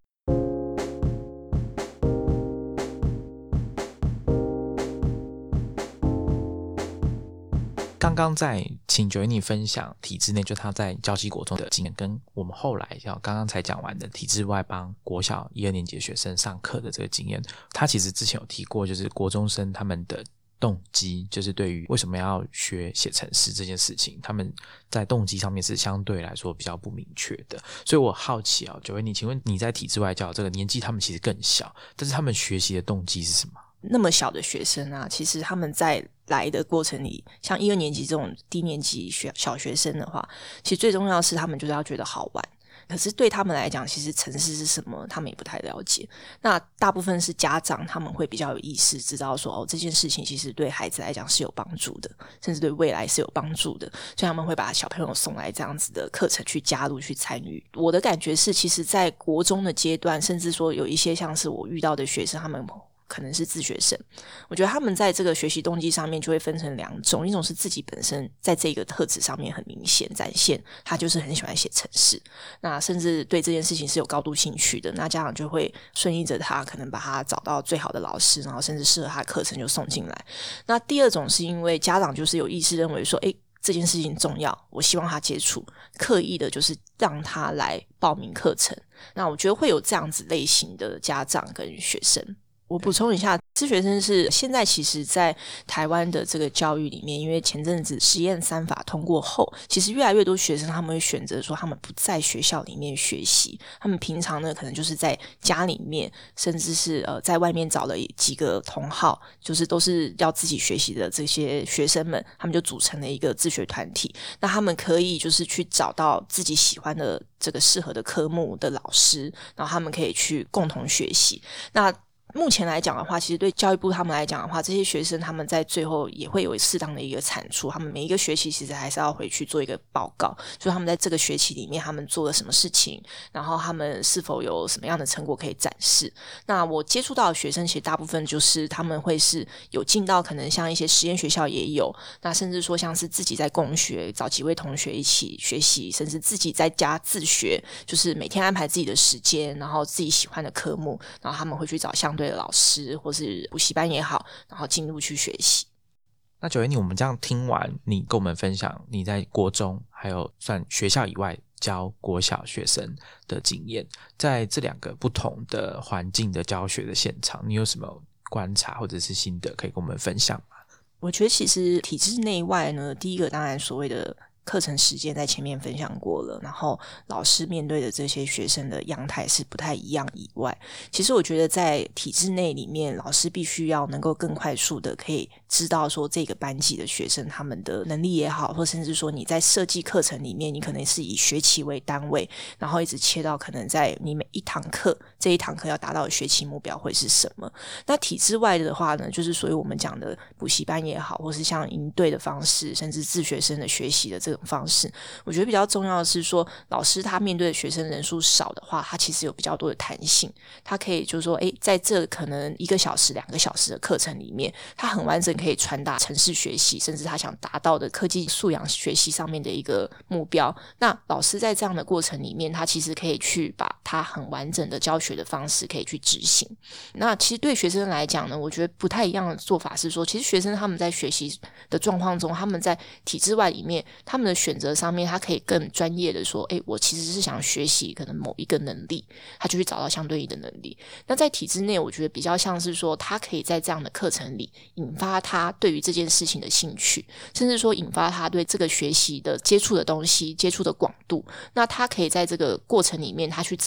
刚刚在请Joanny分享体制内就他在礁溪国中的经验，跟我们后来刚刚才讲完的体制外帮国小1、2年级的学生上课的这个经验，他其实之前有提过，就是国中生他们的动机，就是对于为什么要学写程式这件事情，他们在动机上面是相对来说比较不明确的。所以我好奇Joanny，请问你在体制外教这个年纪他们其实更小，但是他们学习的动机是什么？ 那么小的学生啊，其实他们在来的过程里，像1、2年级这种低年级小学生的话，其实最重要的是他们就是要觉得好玩。可是对他们来讲，其实程式是什么他们也不太了解。那大部分是家长，他们会比较有意识知道说这件事情其实对孩子来讲是有帮助的，甚至对未来是有帮助的，所以他们会把小朋友送来这样子的课程去加入去参与。我的感觉是，其实在国中的阶段，甚至说有一些像是我遇到的学生，他们可能是自学生，我觉得他们在这个学习动机上面就会分成2种，一种是自己本身在这个特质上面很明显展现，他就是很喜欢写程式，那甚至对这件事情是有高度兴趣的，那家长就会顺应着他，可能把他找到最好的老师，然后甚至适合他的课程就送进来。那第2种是因为家长就是有意识认为说这件事情重要，我希望他接触，刻意的就是让他来报名课程。那我觉得会有这样子类型的家长跟学生。我补充一下，自学生是现在其实在台湾的这个教育里面，因为前阵子实验3法通过后，其实越来越多学生他们会选择说他们不在学校里面学习，他们平常呢可能就是在家里面，甚至是在外面找了几个同好，就是都是要自己学习的这些学生们，他们就组成了一个自学团体。那他们可以就是去找到自己喜欢的这个适合的科目的老师，然后他们可以去共同学习。那目前来讲的话，其实对教育部他们来讲的话，这些学生他们在最后也会有适当的一个产出，他们每一个学期其实还是要回去做一个报告，就是他们在这个学期里面他们做了什么事情，然后他们是否有什么样的成果可以展示。那我接触到的学生其实大部分就是他们会是有进到可能像一些实验学校也有，那甚至说像是自己在共学，找几位同学一起学习，甚至自己在家自学，就是每天安排自己的时间，然后自己喜欢的科目，然后他们会去找相对的老师或是补习班也好，然后进入去学习。 那Joanny，我们这样听完你跟我们分享你在国中还有算学校以外教国小学生的经验，在这2个不同的环境的教学的现场，你有什么观察或者是心得可以跟我们分享吗？ 我觉得其实体制内外呢，第一个当然所谓的课程时间在前面分享过了，然后老师面对的这些学生的样态是不太一样以外，其实我觉得在体制内里面，老师必须要能够更快速的可以知道说这个班级的学生他们的能力也好，或甚至说你在设计课程里面，你可能是以学期为单位，然后一直切到可能在你每一堂课，这一堂课要达到的学期目标会是什么。那体制外的话呢，就是所以我们讲的补习班也好，或是像营队的方式，甚至自学生的学习的这种方式，我觉得比较重要的是说，老师他面对的学生人数少的话，他其实有比较多的弹性，他可以就是说在这可能1个小时2个小时的课程里面，他很完整可以传达程式学习，甚至他想达到的科技素养学习上面的一个目标。那老师在这样的过程里面，他其实可以去把他很完整的教学的方式可以去执行。那其实对学生来讲呢，我觉得不太一样的做法是说，其实学生他们在学习的状况中，他们在体制外里面，他们的选择上面，他可以更专业的说，我其实是想学习可能某一个能力，他就去找到相对应的能力。那在体制内，我觉得比较像是说，他可以在这样的课程里引发他对于这件事情的兴趣，甚至说引发他对这个学习的接触的东西接触的广度。那他可以在这个过程里面，他去找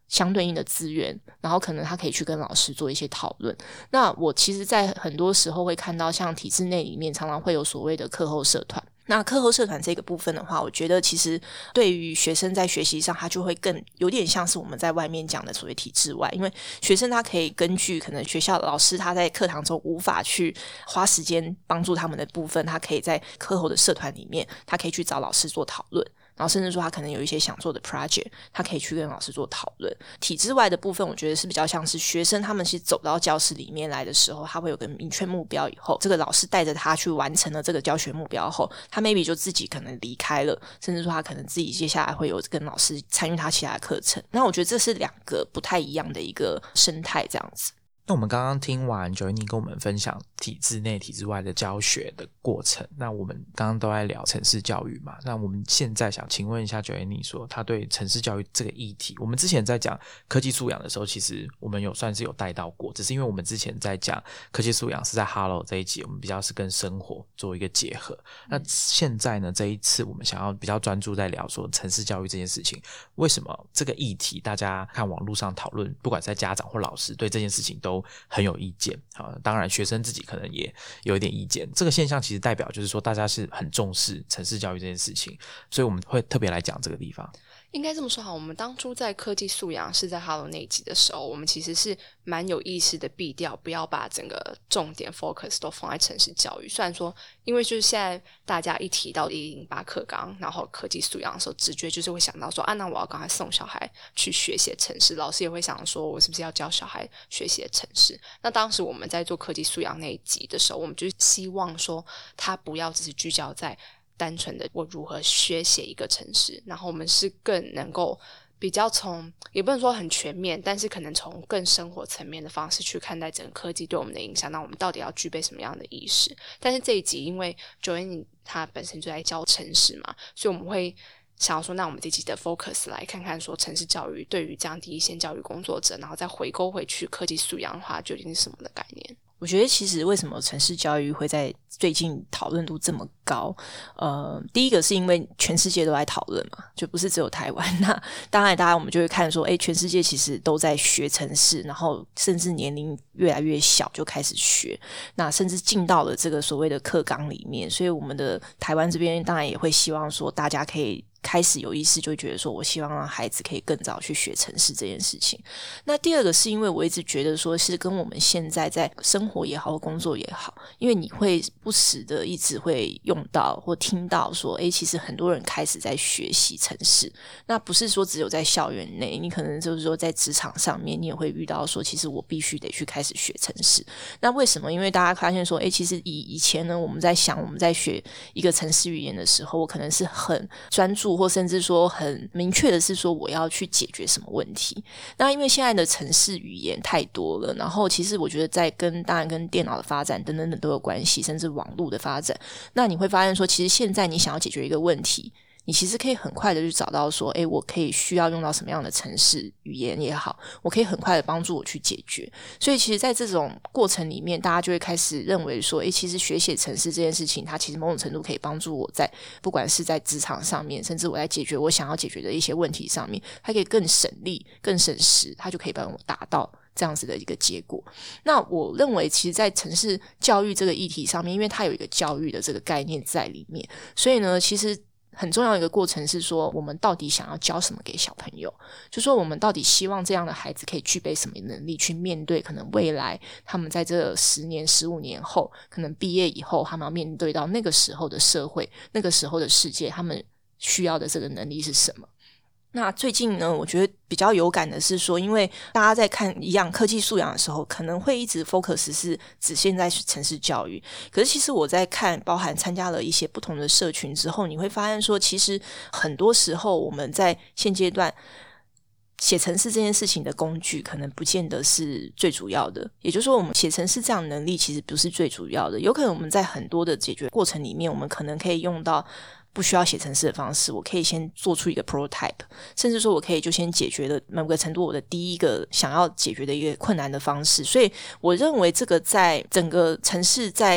相对应的资源，然后可能他可以去跟老师做一些讨论。那我其实在很多时候会看到像体制内里面常常会有所谓的课后社团，那课后社团这个部分的话，我觉得其实对于学生在学习上，他就会更有点像是我们在外面讲的所谓体制外，因为学生他可以根据可能学校的老师他在课堂中无法去花时间帮助他们的部分，他可以在课后的社团里面，他可以去找老师做讨论，然后甚至说他可能有一些想做的 project， 他可以去跟老师做讨论。体制外的部分我觉得是比较像是学生他们是走到教室里面来的时候，他会有个明确目标，以后这个老师带着他去完成了这个教学目标后，他 maybe 就自己可能离开了，甚至说他可能自己接下来会有跟老师参与他其他的课程。那我觉得这是两个不太一样的一个生态这样子。 那我们刚刚听完 Joanny 跟我们分享体制内体制外的教学的过程，那我们刚刚都在聊程式教育嘛，那我们现在想请问一下 Joanny 说他对程式教育这个议题，我们之前在讲科技素养的时候，其实我们算是有带到过，只是因为我们之前在讲科技素养是在 Hello 这一集，我们比较是跟生活做一个结合。那现在呢，这一次我们想要比较专注在聊说程式教育这件事情，为什么这个议题大家看网络上讨论，不管是在家长或老师对这件事情都很有意见，当然学生自己可能也有一点意见。这个现象其实代表就是说大家是很重视程式教育这件事情，所以我们会特别来讲这个地方。 应该这么说好，我们当初在科技素养是在 Hello 那一集的时候，我们其实是蛮有意识的避掉，不要把整个重点 focus 都放在程式教育。虽然说因为就是现在大家一提到108课纲然后科技素养的时候，直觉就是会想到说那我要赶快送小孩去学写程式，老师也会想说我是不是要教小孩学写程式。那当时我们在做科技素养那一集的时候，我们就希望说他不要只是聚焦在单纯的我如何学写一个程式，然后我们是更能够比较从也不能说很全面，但是可能从更生活层面的方式去看待整个科技对我们的影响，那我们到底要具备什么样的意识。但是这一集因为 Joanny 她本身就在教程式嘛，所以我们会想要说那我们这集的 focus 来看看说程式教育对于这样第一线教育工作者，然后再回勾回去科技素养的话究竟是什么的概念。 我觉得其实为什么程式教育会在最近讨论度这么高，第一个是因为全世界都在讨论嘛，就不是只有台湾。那当然大家我们就会看说全世界其实都在学程式，然后甚至年龄越来越小就开始学，那甚至进到了这个所谓的课纲里面。所以我们的台湾这边当然也会希望说大家可以开始有意识，就会觉得说我希望让孩子可以更早去学程式这件事情。那第二个是因为我一直觉得说是跟我们现在在生活也好或工作也好，因为你会不时的一直会用到或听到说其实很多人开始在学习程式。那不是说只有在校园内，你可能就是说在职场上面你也会遇到说其实我必须得去开始学程式。那为什么？因为大家发现说其实以前呢我们在想我们在学一个程式语言的时候，我可能是很专注或甚至说很明确的是说我要去解决什么问题。那因为现在的程式语言太多了，然后其实我觉得在当然跟电脑的发展等等等都有关系，甚至网络的发展。那你会发现说其实现在你想要解决一个问题，你其实可以很快的去找到说我可以需要用到什么样的程式语言也好，我可以很快的帮助我去解决。所以其实在这种过程里面，大家就会开始认为说其实学写程式这件事情它其实某种程度可以帮助我在不管是在职场上面，甚至我在解决我想要解决的一些问题上面，它可以更省力更省时，它就可以帮我达到这样子的一个结果。那我认为其实在程式教育这个议题上面，因为它有一个教育的这个概念在里面，所以呢其实很重要的一个过程是说我们到底想要教什么给小朋友，就说我们到底希望这样的孩子可以具备什么能力去面对可能未来他们在这10年15年后可能毕业以后他们要面对到那个时候的社会，那个时候的世界，他们需要的这个能力是什么。那最近呢我觉得比较有感的是说，因为大家在看一样科技素养的时候可能会一直 focus 是只现在是程式教育，可是其实我在看包含参加了一些不同的社群之后，你会发现说其实很多时候我们在现阶段写程式这件事情的工具可能不见得是最主要的，也就是说我们写程式这样的能力其实不是最主要的。有可能我们在很多的解决过程里面，我们可能可以用到不需要写程式的方式，我可以先做出一个 prototype， 甚至说我可以就先解决了某个程度我的第一个想要解决的一个困难的方式。所以我认为这个在整个程式在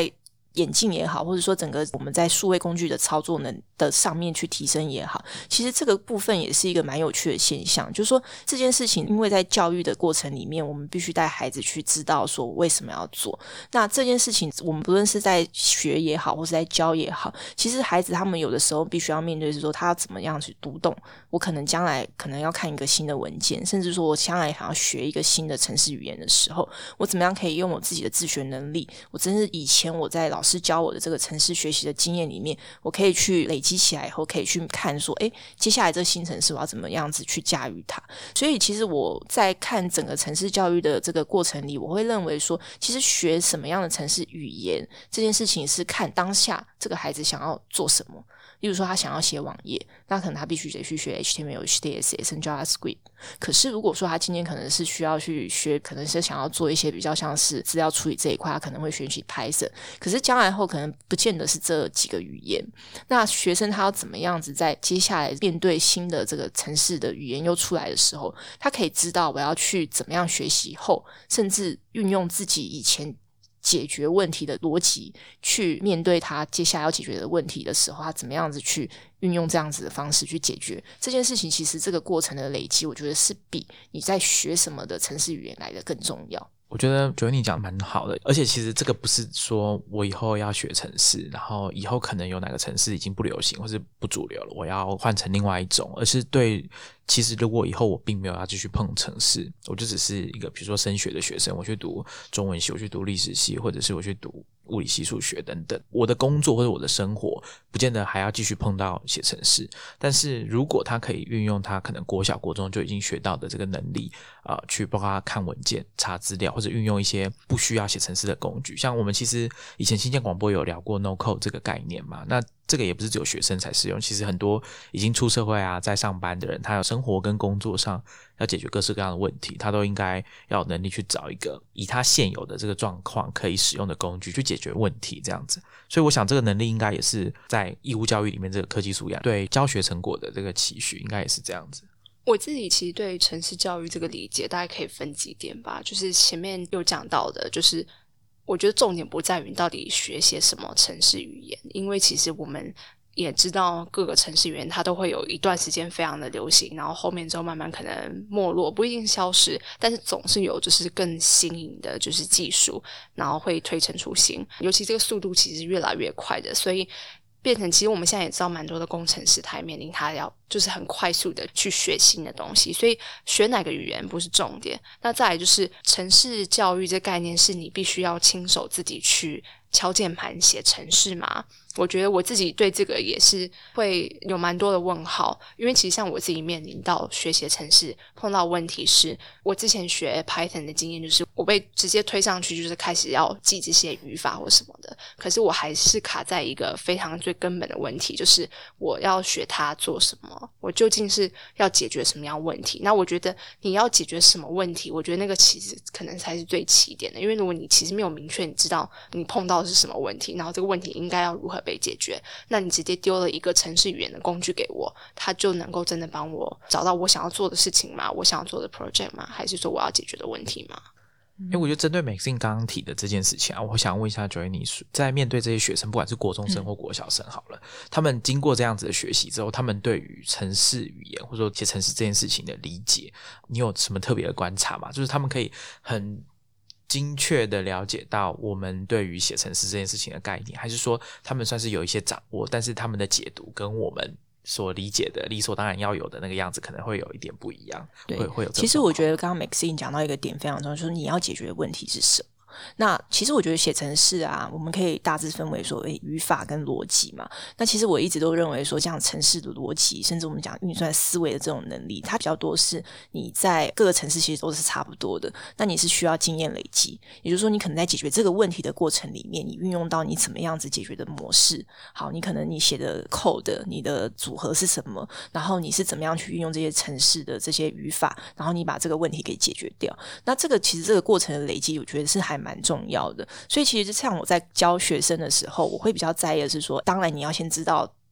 眼镜也好，或者说整个我们在数位工具的操作能的上面去提升也好，其实这个部分也是一个蛮有趣的现象。就是说这件事情因为在教育的过程里面，我们必须带孩子去知道说为什么要做，那这件事情我们不论是在学也好或是在教也好，其实孩子他们有的时候必须要面对是说他要怎么样去读懂，我可能将来可能要看一个新的文件，甚至说我将来想要学一个新的程式语言的时候，我怎么样可以用我自己的自学能力，我真是以前我在老师教我的这个程式学习的经验里面，我可以去累积起来以后，可以去看说接下来这个新程式我要怎么样子去驾驭它。所以其实我在看整个程式教育的这个过程里，我会认为说其实学什么样的程式语言这件事情是看当下这个孩子想要做什么。例如说他想要写网页，那可能他必须得去学 HTML、CSS 跟 JavaScript。可是如果说他今天可能是需要去学，可能是想要做一些比较像是资料处理这一块，他可能会学习 Python。可是将来后可能不见得是这几个语言。那学生他要怎么样子在接下来面对新的这个程式的语言又出来的时候，他可以知道我要去怎么样学习后，甚至运用自己以前解决问题的逻辑去面对他接下来要解决的问题的时候，他怎么样子去运用这样子的方式去解决这件事情。其实这个过程的累积，我觉得是比你在学什么的程式语言来的更重要。 我觉得Joanny讲蛮好的，而且其实这个不是说我以后要学程式，然后以后可能有哪个程式已经不流行或是不主流了，我要换成另外一种，而是其实如果以后我并没有要继续碰程式，我就只是一个比如说升学的学生，我去读中文系，我去读历史系，或者是我去读物理系数学等等，我的工作或者我的生活不见得还要继续碰到写程式。但是如果他可以运用他可能国小国中就已经学到的这个能力去帮他看文件查资料，或者运用一些不需要写程式的工具，像我们其实以前新建广播有聊过 no code 这个概念嘛，那这个也不是只有学生才适用，其实很多已经出社会在上班的人，他有生活跟工作上要解决各式各样的问题，他都应该要有能力去找一个以他现有的这个状况可以使用的工具去解决问题这样子。所以我想这个能力应该也是在义务教育里面这个科技素养对教学成果的这个期许应该也是这样子。 我自己其实对程式教育这个理解大概可以分几点吧，就是前面有讲到的，就是我觉得重点不在于你到底学些什么程式语言，因为其实我们也知道各个程式语言它都会有一段时间非常的流行，然后后面之后慢慢可能没落，不一定消失，但是总是有就是更新颖的就是技术，然后会推陈出新，尤其这个速度其实越来越快的，所以变成其实我们现在也知道蛮多的工程师他也面临他要就是很快速的去学新的东西，所以学哪个语言不是重点。那再来就是程式教育这概念是你必须要亲手自己去敲键盘写程式嘛，我觉得我自己对这个也是会有蛮多的问号，因为其实像我自己面临到学习程式碰到问题是，我之前学 Python 的经验就是我被直接推上去就是开始要记这些语法或什么的，可是我还是卡在一个非常最根本的问题，就是我要学它做什么，我究竟是要解决什么样的问题。那我觉得你要解决什么问题，我觉得那个其实可能才是最起点的，因为如果你其实没有明确你知道你碰到的是什么问题，然后这个问题应该要如何被解决，那你直接丢了一个程式语言的工具给我，它就能够真的帮我找到我想要做的事情吗？我想要做的 project 吗？还是说我要解决的问题吗？ 我觉得针对 Maxine 刚刚提的这件事情我想问一下 Joanny， 在面对这些学生不管是国中生或国小生好了，他们经过这样子的学习之后，他们对于程式语言或者说写程式这件事情的理解，你有什么特别的观察吗？就是他们可以很精确的了解到我们对于写程式这件事情的概念，还是说他们算是有一些掌握，但是他们的解读跟我们所理解的理所当然要有的那个样子可能会有一点不一样，会有这种状况。 其实我觉得刚刚 Maxine 讲到一个点非常重要，就是你要解决的问题是什么。那其实我觉得写程式我们可以大致分为说语法跟逻辑嘛。那其实我一直都认为说这样程式的逻辑，甚至我们讲运算思维的这种能力，它比较多是你在各个程式其实都是差不多的，那你是需要经验累积，也就是说你可能在解决这个问题的过程里面，你运用到你怎么样子解决的模式。好，你可能你写的 code 你的组合是什么，然后你是怎么样去运用这些程式的这些语法，然后你把这个问题给解决掉。那这个其实这个过程的累积我觉得是还蛮重要的。所以其实像我在教学生的时候，我会比较在意的是说，当然你要先知道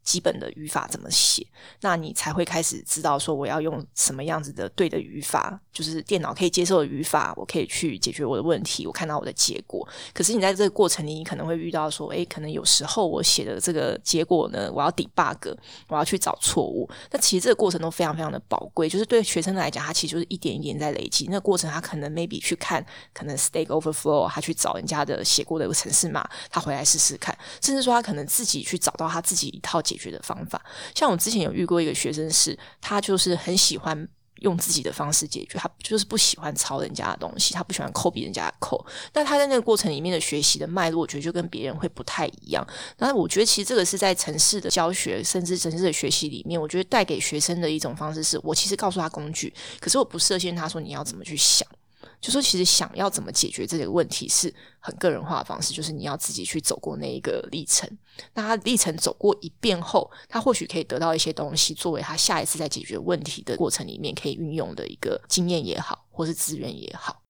基本的语法怎么写，那你才会开始知道说我要用什么样子的对的语法，就是电脑可以接受的语法，我可以去解决我的问题，我看到我的结果。可是你在这个过程里，你可能会遇到说可能有时候我写的这个结果呢，我要 debug， 我要去找错误，那其实这个过程都非常非常的宝贵，就是对学生来讲，他其实就是一点一点在累积，那个过程他可能 maybe 去看可能 Stack Overflow， 他去找人家的写过的程式码，他回来试试看，甚至说他可能自己去找到他自己一套解决的方法。像我之前有遇过一个学生是，他就是很喜欢用自己的方式解决，他就是不喜欢抄人家的东西，他不喜欢copy人家的code。那他在那个过程里面的学习的脉络，我觉得就跟别人会不太一样。那我觉得其实这个是在程式的教学甚至程式的学习里面，我觉得带给学生的一种方式是，我其实告诉他工具，可是我不设限他说你要怎么去想，就说其实想要怎么解决这个问题是很个人化的方式，就是你要自己去走过那一个历程。那他历程走过一遍后，他或许可以得到一些东西，作为他下一次在解决问题的过程里面可以运用的一个经验也好，或是资源也好。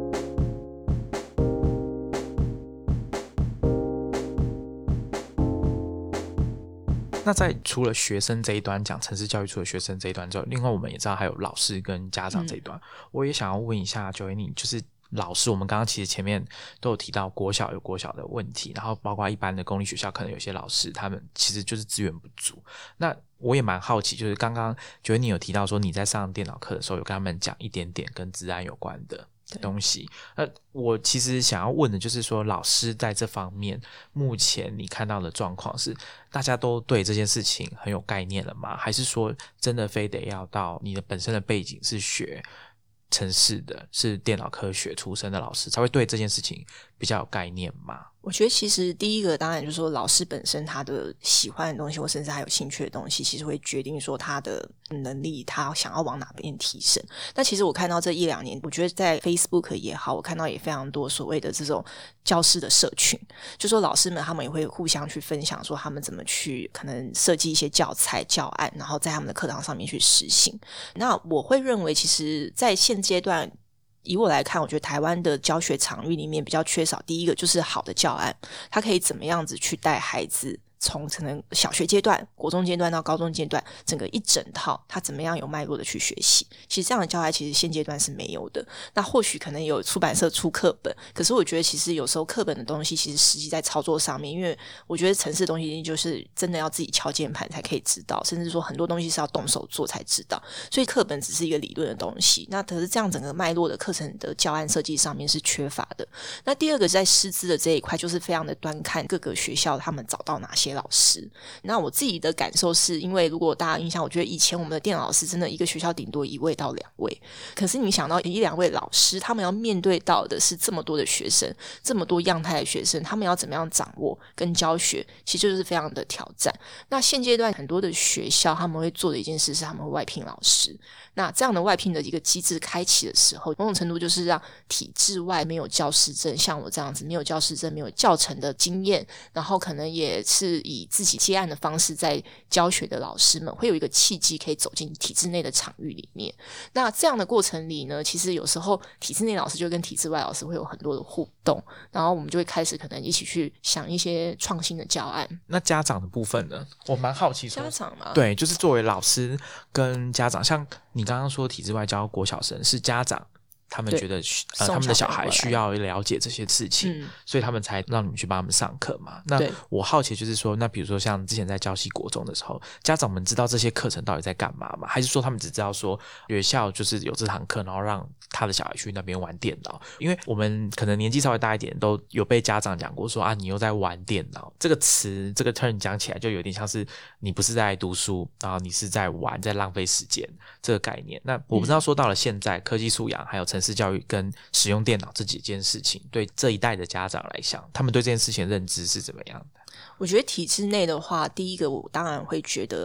那在除了学生这一端讲程式教育，除了学生这一端之后，另外我们也知道还有老师跟家长这一端。我也想要问一下 Joanny， 就是老师，我们刚刚其实前面都有提到国小有国小的问题，然后包括一般的公立学校可能有些老师他们其实就是资源不足。那我也蛮好奇，就是刚刚 Joanny 有提到说你在上电脑课的时候有跟他们讲一点点跟资安有关的东西，我其实想要问的就是说，老师在这方面目前你看到的状况是大家都对这件事情很有概念了吗？还是说真的非得要到你的本身的背景是学程式的，是电脑科学出身的老师才会对这件事情比较有概念吗？ 我觉得其实第一个当然就是说老师本身他的喜欢的东西或甚至还有兴趣的东西，其实会决定说他的能力他想要往哪边提升。那其实我看到这一两年，我觉得在 Facebook 也好，我看到也非常多所谓的这种教师的社群，就说老师们他们也会互相去分享说他们怎么去可能设计一些教材教案，然后在他们的课堂上面去实行。那我会认为其实在现阶段以我来看，我觉得台湾的教学场域里面比较缺少，第一个就是好的教案，它可以怎么样子去带孩子从可能小学阶段、国中阶段到高中阶段，整个一整套他怎么样有脉络的去学习。其实这样的教材其实现阶段是没有的。那或许可能有出版社出课本，可是我觉得其实有时候课本的东西其实实际在操作上面，因为我觉得程式的东西就是真的要自己敲键盘才可以知道，甚至说很多东西是要动手做才知道，所以课本只是一个理论的东西。那可是这样整个脉络的课程的教案设计上面是缺乏的。那第二个在师资的这一块，就是非常的端看各个学校他们找到哪些老师。那我自己的感受是，因为如果大家印象，我觉得以前我们的电脑老师真的一个学校顶多1位到2位，可是你想到1-2位老师，他们要面对到的是这么多的学生，这么多样态的学生，他们要怎么样掌握跟教学，其实就是非常的挑战。那现阶段很多的学校他们会做的一件事是他们会外聘老师，那这样的外聘的一个机制开启的时候，某种程度就是让体制外没有教师证，像我这样子没有教师证没有教程的经验，然后可能也是以自己接案的方式在教学的老师们会有一个契机可以走进体制内的场域里面。那这样的过程里呢，其实有时候体制内老师就跟体制外老师会有很多的互动，然后我们就会开始可能一起去想一些创新的教案。 那家长的部分呢，我蛮好奇说家长嘛， 对，就是作为老师跟家长，像你刚刚说体制外教国小生是家长他们觉得他们的小孩需要了解这些事情，所以他们才让你们去帮他们上课嘛。那我好奇就是说，那比如说像之前在礁溪国中的时候，家长们知道这些课程到底在干嘛吗？还是说他们只知道说学校就是有这堂课，然后让他的小孩去那边玩电脑？因为我们可能年纪稍微大一点，都有被家长讲过说啊，你又在玩电脑这个词，这个 term 讲起来就有点像是你不是在读书，然后你是在玩，在浪费时间这个概念。那我不知道说到了现在，科技素养还有程式教育跟使用电脑这几件事情，对这一代的家长来讲，他们对这件事情的认知是怎么样的？ 我觉得体制内的话，第一个我当然会觉得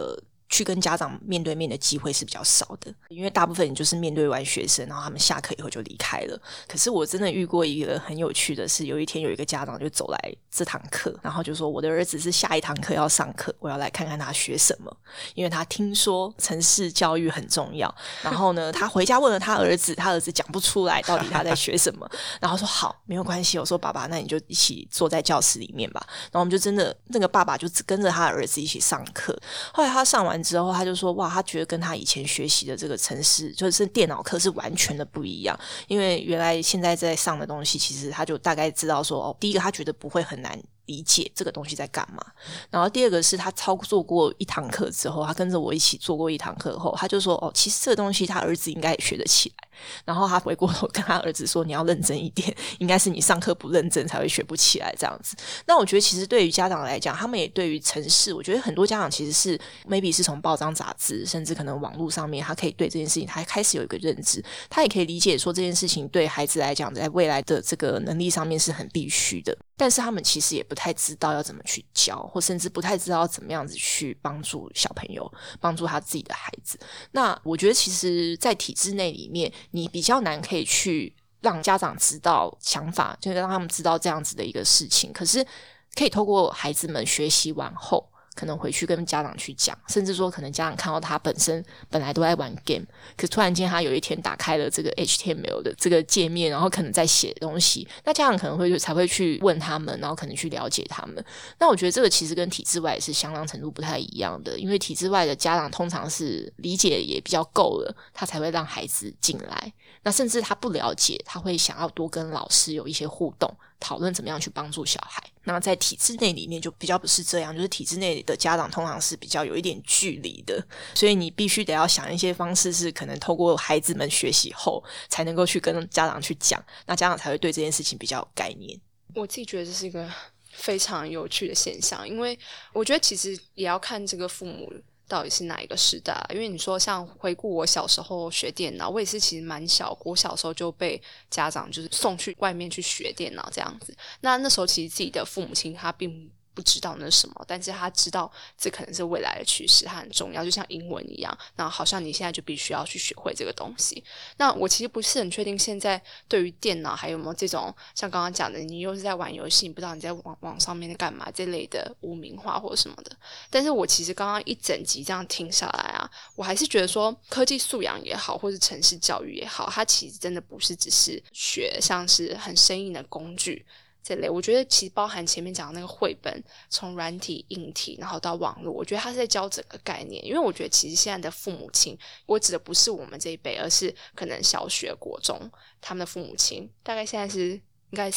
去跟家长面对面的机会是比较少的，因为大部分你就是面对完学生，然后他们下课以后就离开了。可是我真的遇过一个很有趣的是，有一天有一个家长就走来这堂课，然后就说我的儿子是下一堂课要上课，我要来看看他学什么，因为他听说程式教育很重要。然后呢，他回家问了他儿子，他儿子讲不出来到底他在学什么，然后说好，没有关系，我说爸爸，那你就一起坐在教室里面吧。然后我们就真的那个爸爸就跟着他的儿子一起上课。后来他上完之后，他就说哇，他觉得跟他以前学习的这个程式就是电脑课是完全的不一样，因为原来现在在上的东西其实他就大概知道说第一个他觉得不会很难理解这个东西在干嘛，然后第二个是他操作过一堂课之后，他跟着我一起做过一堂课后，他就说其实这个东西他儿子应该也学得起来。然后他回过头跟他儿子说你要认真一点，应该是你上课不认真才会学不起来这样子。那我觉得其实对于家长来讲，他们也对于程式，我觉得很多家长其实是 maybe 是从报章杂志甚至可能网络上面，他可以对这件事情他开始有一个认知，他也可以理解说这件事情对孩子来讲在未来的这个能力上面是很必须的，但是他们其实也不太知道要怎么去教，或甚至不太知道要怎么样子去帮助小朋友，帮助他自己的孩子。那我觉得其实在体制内里面，你比较难可以去让家长知道想法，就是让他们知道这样子的一个事情，可是可以透过孩子们学习完后可能回去跟家长去讲，甚至说可能家长看到他本来都在玩 game， 可是突然间他有一天打开了这个 HTML 的这个界面，然后可能在写东西，那家长可能才会去问他们，然后可能去了解他们。那我觉得这个其实跟体制外也是相当程度不太一样的，因为体制外的家长通常是理解也比较够了，他才会让孩子进来，那甚至他不了解，他会想要多跟老师有一些互动，讨论怎么样去帮助小孩。那在体制内里面就比较不是这样，就是体制内的家长通常是比较有一点距离的，所以你必须得要想一些方式是可能透过孩子们学习后才能够去跟家长去讲，那家长才会对这件事情比较有概念。 我自己觉得这是一个非常有趣的现象，因为我觉得其实也要看这个父母到底是哪一个时代，因为你说像回顾我小时候学电脑，我也是其实蛮小，我小时候就被家长就是送去外面去学电脑这样子。那时候其实自己的父母亲他并不知道那是什么，但是他知道这可能是未来的趋势，它很重要，就像英文一样，那好像你现在就必须要去学会这个东西。那我其实不是很确定现在对于电脑还有没有这种像刚刚讲的你又是在玩游戏，你不知道你在网上面干嘛这类的污名化或者什么的。但是我其实刚刚一整集这样听下来啊，我还是觉得说科技素养也好或是程式教育也好，它其实真的不是只是学像是很生硬的工具这类，我觉得其实包含前面讲的那个绘本，从软体硬体然后到网络，我觉得他是在教整个概念。因为我觉得其实现在的父母亲，我指的不是我们这一辈，而是可能小学国中他们的父母亲大概现在是应该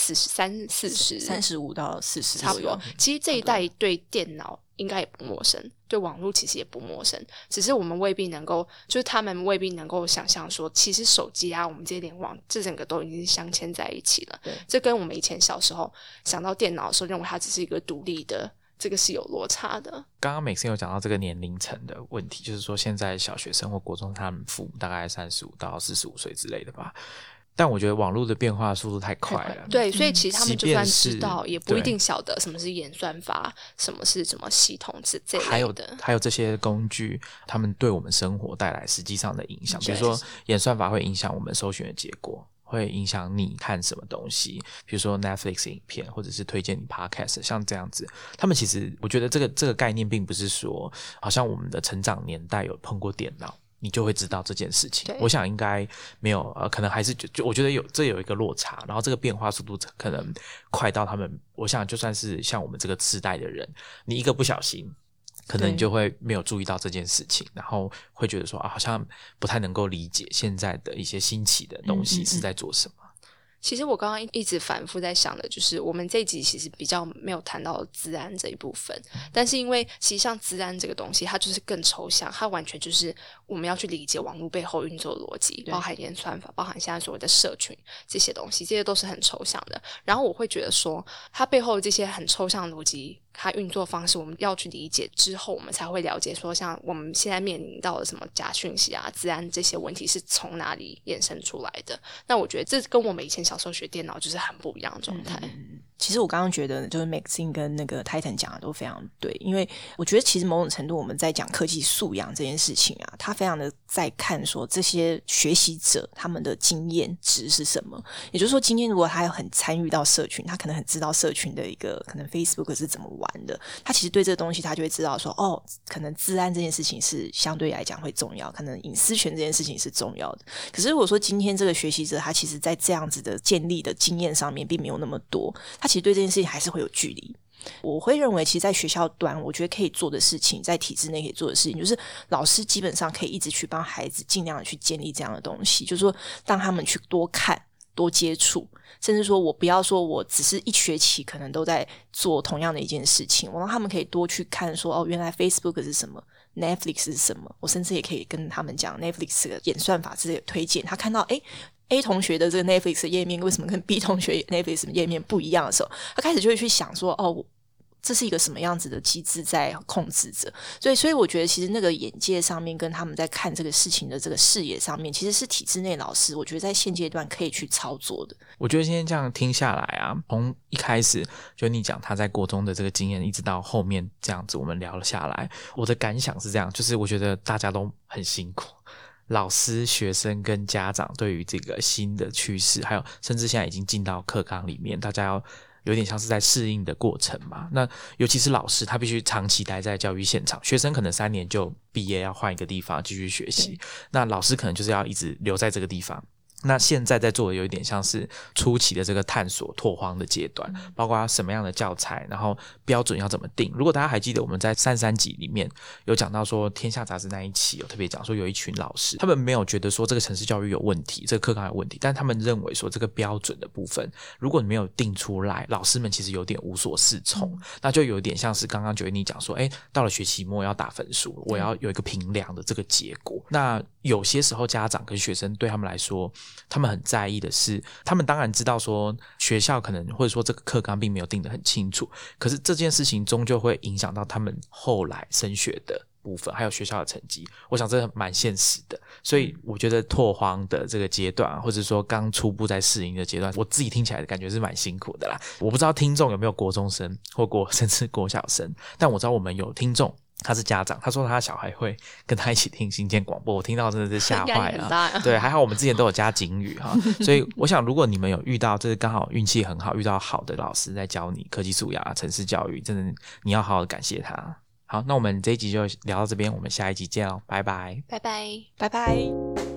35到40差不多。其实这一代对电脑应该也不陌生，对网络其实也不陌生，只是我们未必能够，就是他们未必能够想象说其实手机啊我们这些联网这整个都已经镶嵌在一起了。这跟我们以前小时候想到电脑的时候认为它只是一个独立的，这个是有落差的。 刚刚Maxine有讲到这个年龄层的问题，就是说现在小学生或国中他们父母大概35到45岁之类的吧，但我觉得网络的变化速度太快了， 对，所以其实他们就算知道也不一定晓得什么是演算法，什么是什么系统这类的， 还有这些工具他们对我们生活带来实际上的影响，比如说演算法会影响我们搜寻的结果，会影响你看什么东西，比如说 Netflix 影片或者是推荐你 podcast， 像这样子。他们其实我觉得这个概念并不是说好像我们的成长年代有碰过电脑你就会知道这件事情，我想应该没有可能还是就我觉得有一个落差，然后这个变化速度可能快到他们，我想就算是像我们这个世代的人，你一个不小心可能你就会没有注意到这件事情，然后会觉得说好像不太能够理解现在的一些新奇的东西是在做什么。 其实我刚刚一直反复在想的就是我们这一集其实比较没有谈到资安这一部分，但是因为其实像资安这个东西它就是更抽象，它完全就是我们要去理解网络背后运作的逻辑，包含演算法，包含现在所谓的社群这些东西，这些都是很抽象的。然后我会觉得说它背后的这些很抽象的逻辑，它运作方式我们要去理解之后，我们才会了解说像我们现在面临到的什么假讯息啊、资安这些问题是从哪里衍生出来的。那我觉得这跟我们以前小时候学电脑就是很不一样的状态。 其实我刚刚觉得就是 Maxine 跟那个 Titan 讲的都非常对，因为我觉得其实某种程度我们在讲科技素养这件事情啊，他非常的在看说这些学习者他们的经验值是什么。也就是说今天如果他有很参与到社群，他可能很知道社群的一个可能 Facebook 是怎么玩的，他其实对这个东西他就会知道说可能治安这件事情是相对来讲会重要，可能隐私权这件事情是重要的。可是如果说今天这个学习者他其实在这样子的建立的经验上面并没有那么多，他其实对这件事情还是会有距离。我会认为其实在学校端我觉得可以做的事情，在体制内可以做的事情，就是老师基本上可以一直去帮孩子尽量的去建立这样的东西，就是说让他们去多看多接触，甚至说我不要说我只是一学期可能都在做同样的一件事情，我让他们可以多去看说原来 Facebook 是什么， Netflix 是什么，我甚至也可以跟他们讲 Netflix 的演算法之类的推荐，他看到A 同学的这个 Netflix 的页面为什么跟 B 同学 Netflix 的页面不一样的时候，他开始就会去想说这是一个什么样子的机制在控制着。所以我觉得其实那个眼界上面跟他们在看这个事情的这个视野上面，其实是体制内老师我觉得在现阶段可以去操作的。 我觉得今天这样听下来啊，从一开始就你讲他在国中的这个经验，一直到后面这样子我们聊了下来，我的感想是这样，就是我觉得大家都很辛苦，老师、学生跟家长对于这个新的趋势，还有甚至现在已经进到课纲里面，大家要有点像是在适应的过程嘛。那尤其是老师，他必须长期待在教育现场，学生可能3年就毕业，要换一个地方继续学习，那老师可能就是要一直留在这个地方。那现在在做的有一点像是初期的这个探索拓荒的阶段，包括什么样的教材，然后标准要怎么定。如果大家还记得我们在33集里面有讲到说天下杂志那一期有特别讲说有一群老师，他们没有觉得说这个程式教育有问题，这个课纲有问题，但他们认为说这个标准的部分如果你没有定出来，老师们其实有点无所适从，那就有点像是刚刚Joanny讲说到了学期末要打分数，我要有一个评量的这个结果。那有些时候家长跟学生对他们来说，他们很在意的是，他们当然知道说学校可能或者说这个课纲并没有定得很清楚，可是这件事情终究会影响到他们后来升学的部分，还有学校的成绩，我想这蛮现实的。所以我觉得拓荒的这个阶段，或者说刚初步在适应的阶段，我自己听起来的感觉是蛮辛苦的啦。我不知道听众有没有国中生或甚至国小生，但我知道我们有听众他是家长，他说他的小孩会跟他一起听新建广播，我听到真的是吓坏了。对，还好我们之前都有加警语哈，所以我想如果你们有遇到，这是刚好运气很好，遇到好的老师在教你科技素养、程式教育，真的你要好好感谢他。好，那我们这一集就聊到这边，我们下一集见哦，拜拜， 拜拜， 拜拜。